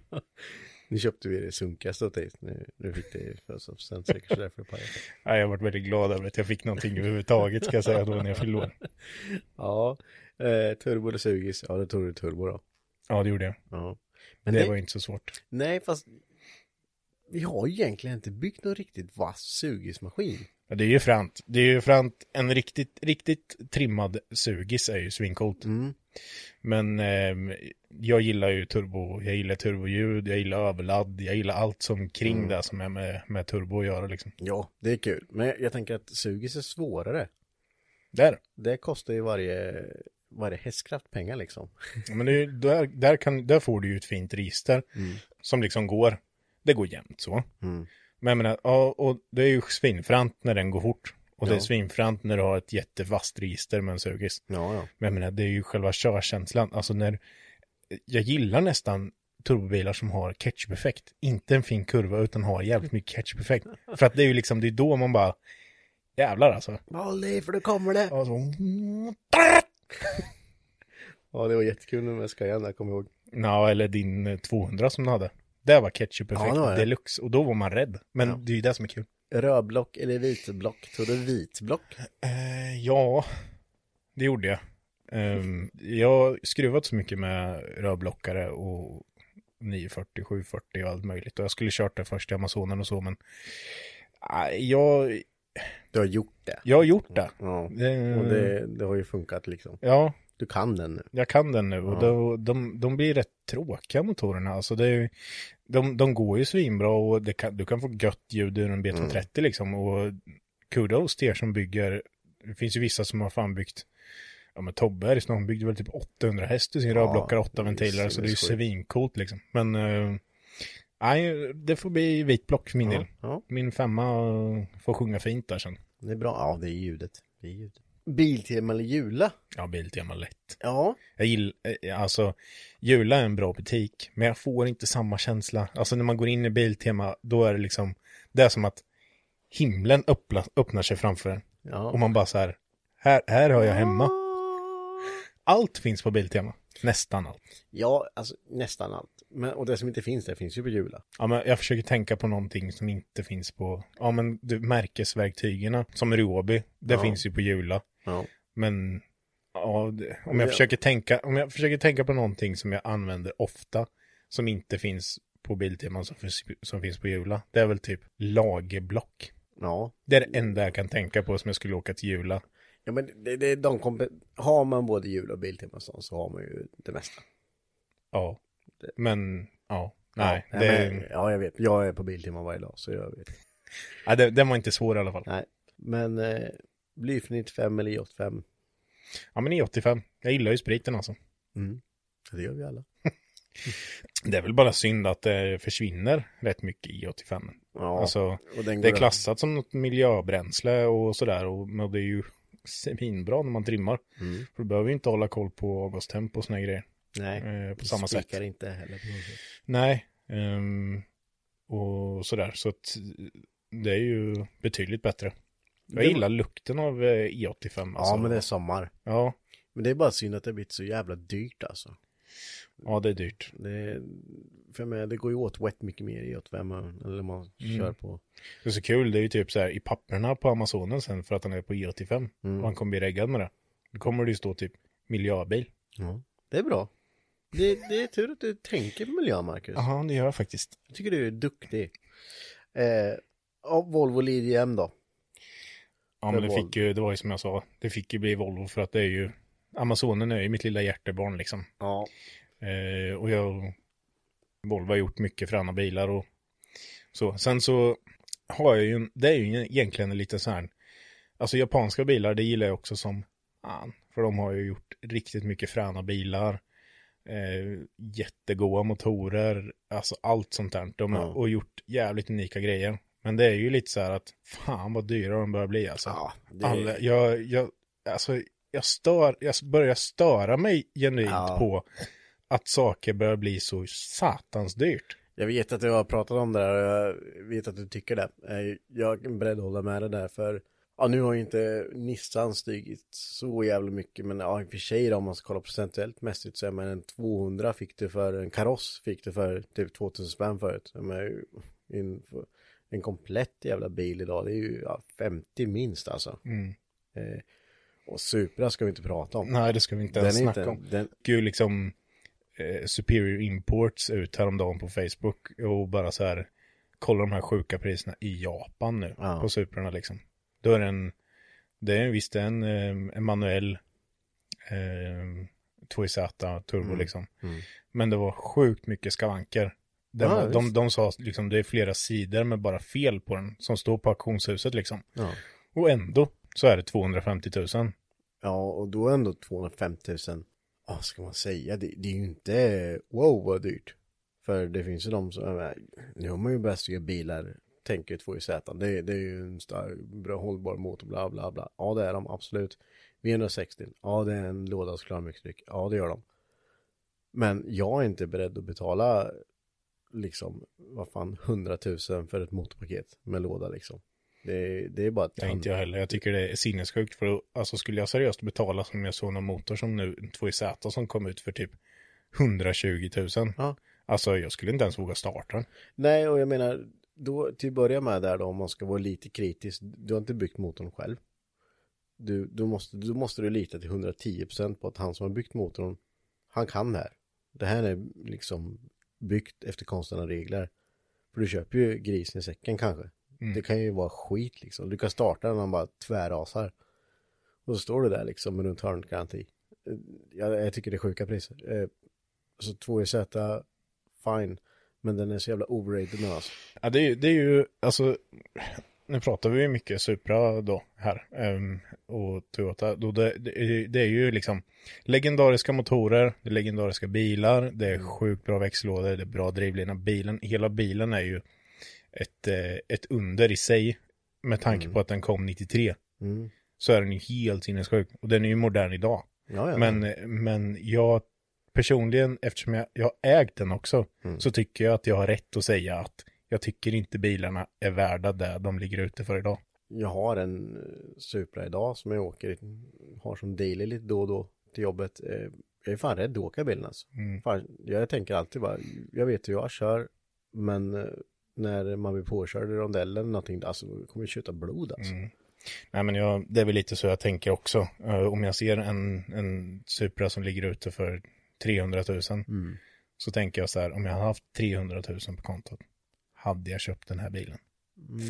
Nu köpte vi det sunkaste åt dig. Nu, nu fick det för så sen säkert så därför pajat. Ja, jag har varit väldigt glad över att jag fick någonting överhuvudtaget ska jag säga då när jag fyllde år. Ja, eh, turbo eller sugis. Ja, det tog du turbo då. Ja, det gjorde jag. Ja. Men det, det var inte så svårt. Nej, fast vi har ju egentligen inte byggt någon riktigt vass sugismaskin. Ja, det är ju fränt. Det är ju fränt. En riktigt, riktigt trimmad sugis är ju svincoolt. Mm. Men eh, jag gillar ju turbo. Jag gillar turboljud, jag gillar överladd. Jag gillar allt som kring mm. det som är med, med turbo att göra liksom. Ja, det är kul. Men jag, jag tänker att sugis är svårare. Där. Det kostar ju varje, varje hästkraft pengar liksom. Men det, där, där, kan, där får du ju ett fint register mm. som liksom går. det går jämnt så. Mm. Men jag menar, ja, och det är ju svinfrant när den går fort. Och Ja. det är svinfrant när du har ett jättefast register med en sugis. Ja, ja. Men jag menar, det är ju själva körkänslan. Alltså när, jag gillar nästan turbobilar som har ketchup-effekt. Inte en fin kurva utan har jävligt mycket ketchup-effekt. För att det är ju liksom, det är då man bara, jävlar alltså. Håll dig för då kommer det. Ja, så... Ja, det var jättekul när jag ska igen där, kommer jag ihåg. Ja, eller din tvåhundra som du hade. Det var ketchup-effekt, Ja, det var det. deluxe. Och då var man rädd. Men Ja. det är ju det som är kul. Rödblock eller vitblock? Tror du vitblock? Eh, ja, det gjorde jag. Um, jag har skruvat så mycket med rödblockare och nio fyrtio, sju fyrtio och allt möjligt. Och jag skulle kört det först i Amazonen och så, men äh, jag, Du har gjort det. jag har gjort det. Ja, det, och det, det har ju funkat liksom. Ja, Du kan den nu. jag kan den nu. Och Ja. de, de, de blir rätt tråkiga motorerna. Alltså det är, ju- de, de går ju svinbra och det kan, du kan få gött ljud ur en B två trettio liksom. Och kudos till er som bygger. Det finns ju vissa som har fan byggt. Ja, men Tobbe här i snart byggde väl typ åttahundra häst i sin Ja, rödblockare, åtta det är ventiler. Så det är ju sinnessjukt. svincoolt liksom. Men uh, nej, det får bli vitblock för min del. Ja, Min femma eh, får sjunga fint där sen. det är bra. Ja, det är ljudet. Det är ljudet. Biltema eller Jula? Ja, Biltema lätt. Ja. Jag gillar, eh, alltså, Jula är en bra butik, men jag får inte samma känsla. Alltså när man går in i Biltema, då är det liksom, det är som att himlen öppna, öppnar sig framför en. Ja. Och man bara så här, här, här har jag hemma. Allt finns på Biltema. Nästan allt. Ja, alltså nästan allt. Men, och det som inte finns, det finns ju på Jula. Ja, men jag försöker tänka på någonting som inte finns på, ja men du, märkesverktygerna, som Ryobi, det Ja. finns ju på Jula. Ja. Men ja, det, om jag Ja. försöker tänka, om jag försöker tänka på någonting som jag använder ofta, som inte finns på Biltema som, finns- som finns på Jula, det är väl typ lagerblock. Ja. Det är det enda jag kan tänka på som jag skulle åka till Jula. Ja, men det, det, de komp- har man både Jula och Biltema så, så har man ju det mesta. Ja, men ja, nej, ja, det, men, ja, jag vet. Jag är på Biltema varje dag, så jag vet. nej, det, det var inte svår i alla fall. Nej, men eh, blyfri nittiofem eller I åttiofem? Ja, men i åttiofem, jag gillar ju spriten alltså. Mm. Det gör vi alla. Det är väl bara synd att det försvinner rätt mycket i åttiofem. Ja, Alltså, och den det är går- klassat som något miljöbränsle och sådär. Och, men det är ju svinbra när man trimmar. Mm. För du behöver ju inte hålla koll på avgastempo och såna här grejer. Nej, Eh, på samma sätt. spikar inte heller på något sätt. Nej. ehm, och sådär. Så att det är ju betydligt bättre. Jag Det- gillar lukten av eh, i åttiofem. Ja, Alltså. men det är sommar. Ja, Men det är bara synd att det har blivit så jävla dyrt alltså. ja, det är dyrt. Det, för mig, det går ju åt wet mycket mer i åttiofem eller man Mm. kör på. Det är så kul. Det är ju typ så här i papperna på Amazonen sen för att han är på i åttiofem. Mm. Och han kommer bli reggad med det. Då kommer det ju stå typ miljöbil. Ja. Det är bra. Det, det är tur att du tänker på miljön, Marcus. Jaha, det gör jag faktiskt. Jag tycker du är duktig. Eh, ja, Volvo Lidl M då. Ja, men Det det var- fick ju, det var ju som jag sa, det fick ju bli Volvo för att det är ju, Amazonen är ju mitt lilla hjärtebarn liksom. Ja. Eh, och jag, Volvo har gjort mycket fräna bilar och så. Sen så har jag ju, det är ju egentligen en liten så här, alltså japanska bilar, det gillar jag också som fan. För de har ju gjort riktigt mycket fräna bilar. Eh, jättegoda motorer, alltså allt sånt där. De har Ja. och gjort jävligt unika grejer. Men det är ju lite så här att fan vad dyra de börjar bli alltså. Ja, det... Alla, jag, jag, alltså, jag, stör, jag börjar störa mig genuint Ja. på att saker börjar bli så satans dyrt. Jag vet att du har pratat om det där och jag vet att du tycker det. Eh, Jag är beredd att hålla med dig där för ja, nu har ju inte Nissan stigit så jävla mycket, men ja, i och för sig då, om man ska kolla procentuellt mässigt så är man en tvåhundra fick du för, en kaross fick du för typ tvåtusen spänn förut. Men en, en komplett jävla bil idag, det är ju ja, femtio minst alltså. Mm. Eh, och Supra ska vi inte prata om. Nej, det ska vi inte Den ens är snacka inte, om. den, Gud, liksom eh, Superior Imports ut häromdagen på Facebook och bara så här kolla de här sjuka priserna i Japan nu Ja. på Suprarna liksom. Då är det en, det är visst en, eh, en manuell eh, två Z turbo Mm. liksom. Mm. Men det var sjukt mycket skavanker. Det Ja, var, de, visst. de sa liksom det är flera sidor med bara fel på den som står på auktionshuset liksom. ja. Och ändå så är det tvåhundrafemtio tusen. Ja, och då ändå tvåhundrafemtio tusen. Ja, ska man säga, det, det är ju inte wow vad dyrt. För det finns ju de som, nu har man ju bäst att göra bilar, tänker två i Z. Det, det är ju en stark, bra hållbar motor, bla bla bla. Ja, det är de, absolut. V etthundrasextio, ja det är en låda som klarar mycket tryck. Ja, det gör de. Men jag är inte beredd att betala liksom, vad fan, hundratusen för ett motorpaket med låda liksom. Det, det är bara ett... Nej, inte jag heller. Jag tycker det är sinnessjukt. För alltså skulle jag seriöst betala som jag såg någon motor som nu, två i Z som kom ut för typ hundratjugo tusen. Ja. Alltså jag skulle inte ens våga starta den. Nej, och jag menar, då, till att börja med där då, om man ska vara lite kritisk, du har inte byggt motorn själv. Du, du måste, du måste du lita till hundratio procent på att han som har byggt motorn, han kan det här. Det här är liksom byggt efter konstnärliga regler. För du köper ju grisen i säcken kanske. Mm. Det kan ju vara skit liksom. Du kan starta den och han bara tvärrasar. Och så står du där liksom med runt hörngaranti. Jag, jag tycker det är sjuka priser. Eh, så två i Z, fine. Men den är så jävla overrated nu alltså. Ja, det är, det är ju, alltså, nu pratar vi ju mycket Supra då här. Um, och Toyota. Då det, det, det är ju liksom legendariska motorer, det är legendariska bilar, det är sjukt bra växellådor, det är bra drivlina. Bilen, hela bilen är ju ett, ett under i sig med tanke mm. på att den kom nittiotre. Mm. Så är den ju helt sinnessjuk. Och den är ju modern idag. Ja, ja. Men, men jag personligen, eftersom jag, jag har ägt den också, mm. så tycker jag att jag har rätt att säga att jag tycker inte bilarna är värda det de ligger ute för idag. Jag har en Supra idag som jag åker, har som daily lite då och då till jobbet. Jag är fan rädd att åka bilen alltså. Mm. Fan, jag tänker alltid bara, jag vet hur jag kör, men när man blir påkörd i rondellen eller någonting, alltså kommer jag köta blod alltså. Mm. Nej, men jag, det är väl lite så jag tänker också. Uh, om jag ser en, en Supra som ligger ute för trehundratusen mm. så tänker jag så här, om jag hade haft trehundratusen på kontot, hade jag köpt den här bilen? Mm.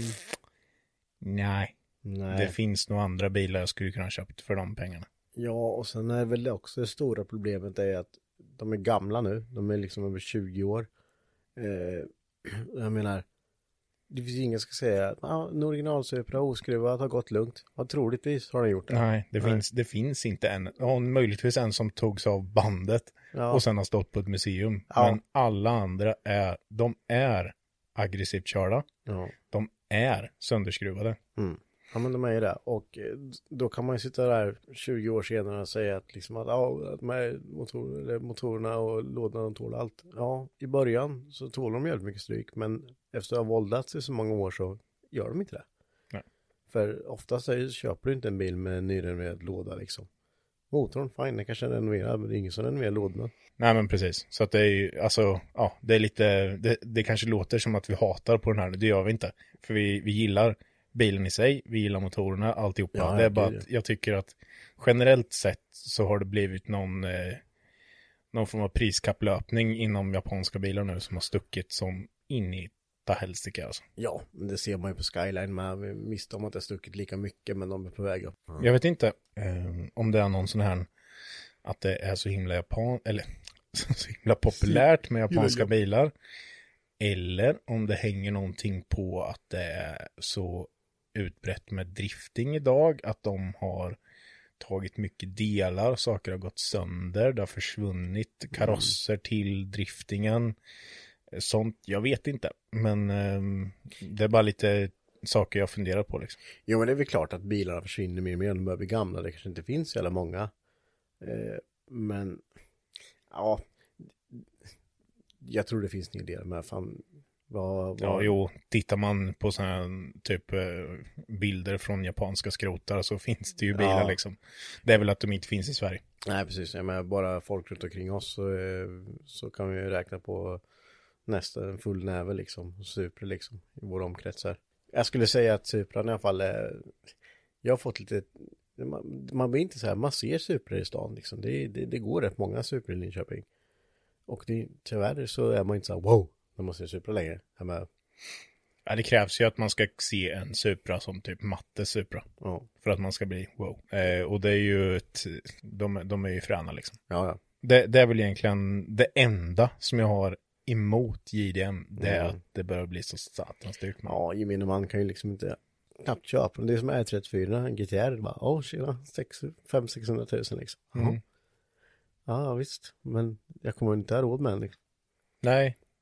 Nej. Nej. Det finns nog andra bilar jag skulle kunna ha köpt för de pengarna. Ja, och sen är väl också det stora problemet är att de är gamla nu. De är liksom över tjugo år. Eh, jag menar, det finns ingen ska säga att ah, en originalsupra oskruvad har gått lugnt. Ja, troligtvis har den gjort det. Nej, det, Nej. Finns, det finns inte en. Ja, möjligtvis en som togs av bandet ja. och sen har stått på ett museum. Ja. Men alla andra är, de är aggressivt körda. Ja. De är sönderskruvade. Mm. Ja, men de är ju det. Och då kan man ju sitta där tjugo år senare och säga att, liksom att, ja, att de här motor, eller motorerna och lådorna, de tål allt. Ja, i början så tål de jävligt mycket stryk, men efter att ha våldats i så många år så gör de inte det. Nej. För oftast så köper du inte en bil med en nyrenoverad låda liksom. Motorn, fine, den kanske är renoverad, men det är ingen som renoverar lådorna. Nej, men precis. Så att det är ju, alltså, ja, det är lite, det, det kanske låter som att vi hatar på den här, det gör vi inte. För vi, vi gillar bilen i sig, vi gillar motorerna, alltihopa. Ja, det är bara att jag tycker att generellt sett så har det blivit någon eh, någon form av priskapplöpning inom japanska bilar nu som har stuckit som in i helsike alltså. Ja, men det ser man ju på Skyline med. Vi misste om att det har stuckit lika mycket, men de är på väg upp. Mm. Jag vet inte eh, om det är någon sån här att det är så himla japan eller så himla populärt med japanska bilar, eller om det hänger någonting på att det är så utbrett med drifting idag, att de har tagit mycket delar, saker har gått sönder, det har försvunnit karosser mm. till driftingen, sånt, jag vet inte, men um, det är bara lite saker jag funderar på liksom. Jo, men det är väl klart att bilarna försvinner mer och mer, de börjar bli gamla, det kanske inte finns så jävla många, eh, men ja, jag tror det finns en del med fan. Vad, vad... Ja, jo, tittar man på sådana här typ bilder från japanska skrotar så finns det ju bilar ja. liksom. Det är väl att de inte finns i Sverige. Nej, precis. Jag menar, bara folk runt omkring oss så, så kan vi räkna på nästan en full näve liksom. Supra liksom i våra omkretsar. Jag skulle säga att Supran i alla fall är, jag har fått lite, man, man blir inte så här, man ser Supra i stan liksom. Det, det, det går rätt många Supra i Linköping. Och det, tyvärr så är man inte så här, wow, man måste se Supra längre. Med... Ja, det krävs ju att man ska se en Supra som typ matte Supra. Ja. För att man ska bli wow. Eh, och det är ju ett, de, de är ju fräna liksom. Ja, ja. Det, det är väl egentligen det enda som jag har emot J D M. Det är mm. att det börjar bli så satans dyrt. Ja, gemene man kan ju liksom inte knappt köpa. Det är som R trettiofyra, en G T R. Bara, åh, tjena, fem till sexhundra tusen liksom. Mm. Ja, visst. Men jag kommer inte ha råd med den liksom. Nej.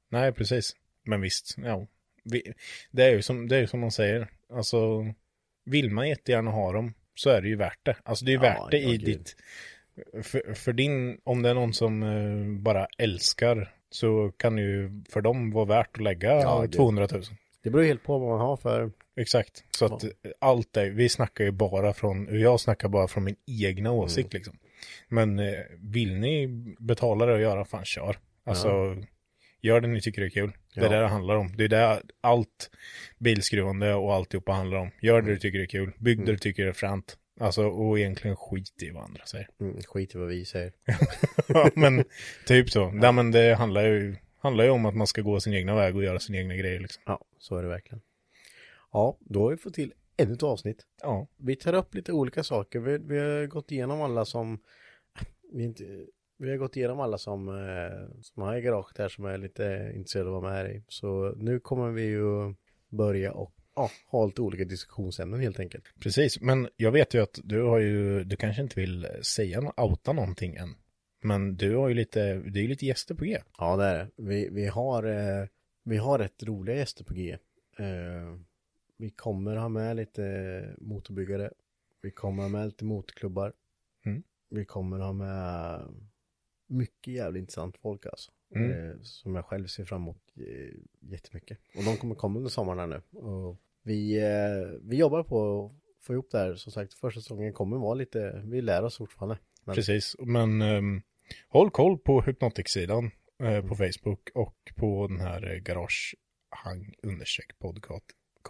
Nej, precis. Men visst, ja. Vi, det är ju som, det är ju som man säger. Alltså, vill man jättegärna ha dem så är det ju värt det. Alltså det är ju ja, värt det i ditt... För, för din, om det är någon som uh, bara älskar så kan det ju för dem vara värt att lägga ja, tvåhundratusen. Det beror helt på vad man har för... Exakt, så att ja. allt det, vi snackar ju bara från, jag snackar bara från min egna åsikt mm. liksom. Men uh, vill ni betala det och göra, fan kör. Alltså, ja. gör det ni tycker det är kul. Ja. Det är det det handlar om. Det är det allt bilskruvande och alltihopa handlar om. Gör det du tycker det är kul. Bygg det mm. du tycker det är fränt. Alltså, och egentligen skit i vad andra säger. Mm, skit i vad vi säger. Ja, men typ så. Ja. Ja, men det handlar ju, handlar ju om att man ska gå sin egna väg och göra sin egna grejer liksom. Ja, så är det verkligen. Ja, då har vi fått till ännu ett avsnitt. Ja. Vi tar upp lite olika saker. Vi, vi har gått igenom alla som... Vi, inte, vi har gått igenom alla som, eh, som har i garaget här som är lite intresserade av att vara med här i. Så nu kommer vi ju börja och ja, ha lite olika diskussionsämnen helt enkelt. Precis, men jag vet ju att du har ju, du kanske inte vill säga, outa någonting än. Men du har ju lite, det är ju lite gäster på G. Ja, det är det. Vi, vi har, eh, vi har rätt roliga gäster på G. Eh, vi kommer ha med lite motorbyggare. Vi kommer ha med lite motorklubbar. Mm. Vi kommer ha med mycket jävligt intressant folk alltså. Mm. Eh, som jag själv ser fram emot eh, jättemycket. Och de kommer komma under sommaren här nu. Och vi, eh, vi jobbar på att få ihop det här. Som sagt, första säsongen kommer vara lite, vi lär oss fortfarande. Men... Precis, men um, håll koll på Hypnotic-sidan eh, mm. på Facebook och på den här eh, Garagehang understreck podcast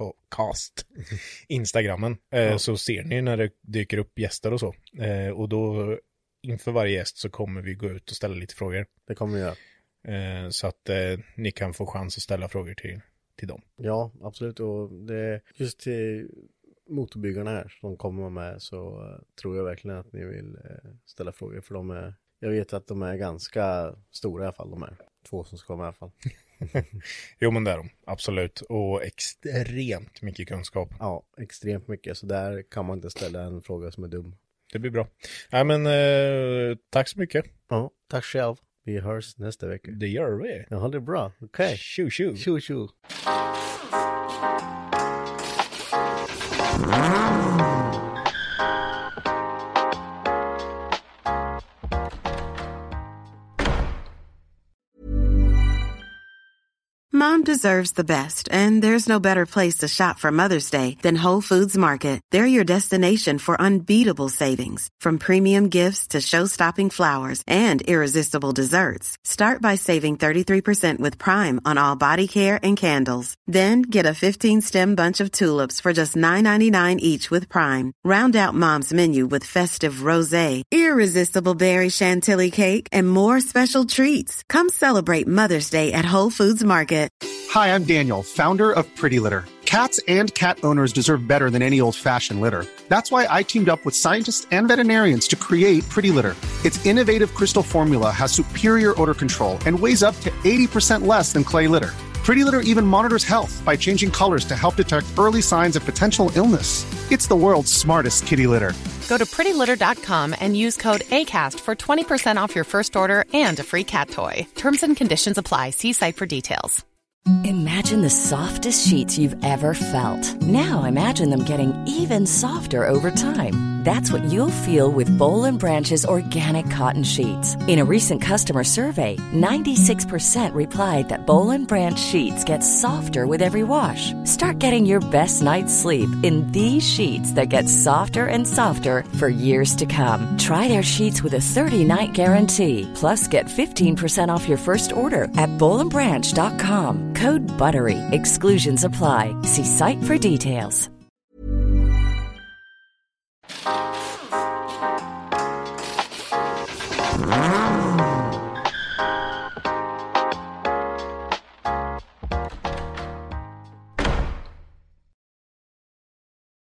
cast Instagrammen. Eh, ja. Så ser ni när det dyker upp gäster och så. Eh, och då inför varje gäst så kommer vi gå ut och ställa lite frågor. Det kommer vi göra. Eh, så att eh, ni kan få chans att ställa frågor till, till dem. Ja, absolut. Och det, just till motorbyggarna här som kommer med så uh, tror jag verkligen att ni vill uh, ställa frågor. För de är, jag vet att de är ganska stora i alla fall, de här två som ska vara med i alla fall. Jo, men det är de. Absolut. Och extremt mycket kunskap. Ja, extremt mycket. Så där kan man inte ställa en fråga som är dum. Det blir bra. Nej, men eh, tack så mycket. Ja, tack själv. Vi hörs nästa vecka. Det gör vi. Ja, det är bra. Okej. Okay. Tjo, tjo. Tjo, tjo. Mom deserves the best, and there's no better place to shop for Mother's Day than Whole Foods Market. They're your destination for unbeatable savings, from premium gifts to show-stopping flowers and irresistible desserts. Start by saving thirty-three percent with Prime on all body care and candles. Then get a fifteen-stem bunch of tulips for just nine ninety-nine each with Prime. Round out Mom's menu with festive rosé, irresistible berry chantilly cake, and more special treats. Come celebrate Mother's Day at Whole Foods Market. Hi, I'm Daniel, founder of Pretty Litter. Cats and cat owners deserve better than any old-fashioned litter. That's why I teamed up with scientists and veterinarians to create Pretty Litter. Its innovative crystal formula has superior odor control and weighs up to eighty percent less than clay litter. Pretty Litter even monitors health by changing colors to help detect early signs of potential illness. It's the world's smartest kitty litter. Go to pretty litter dot com and use code ACAST for twenty percent off your first order and a free cat toy. Terms and conditions apply. See site for details. Imagine the softest sheets you've ever felt. Now imagine them getting even softer over time. That's what you'll feel with Boll and Branch's organic cotton sheets. In a recent customer survey, ninety-six percent replied that Boll and Branch sheets get softer with every wash. Start getting your best night's sleep in these sheets that get softer and softer for years to come. Try their sheets with a thirty-night guarantee. Plus, get fifteen percent off your first order at boll and branch dot com. Code BUTTERY. Exclusions apply. See site for details.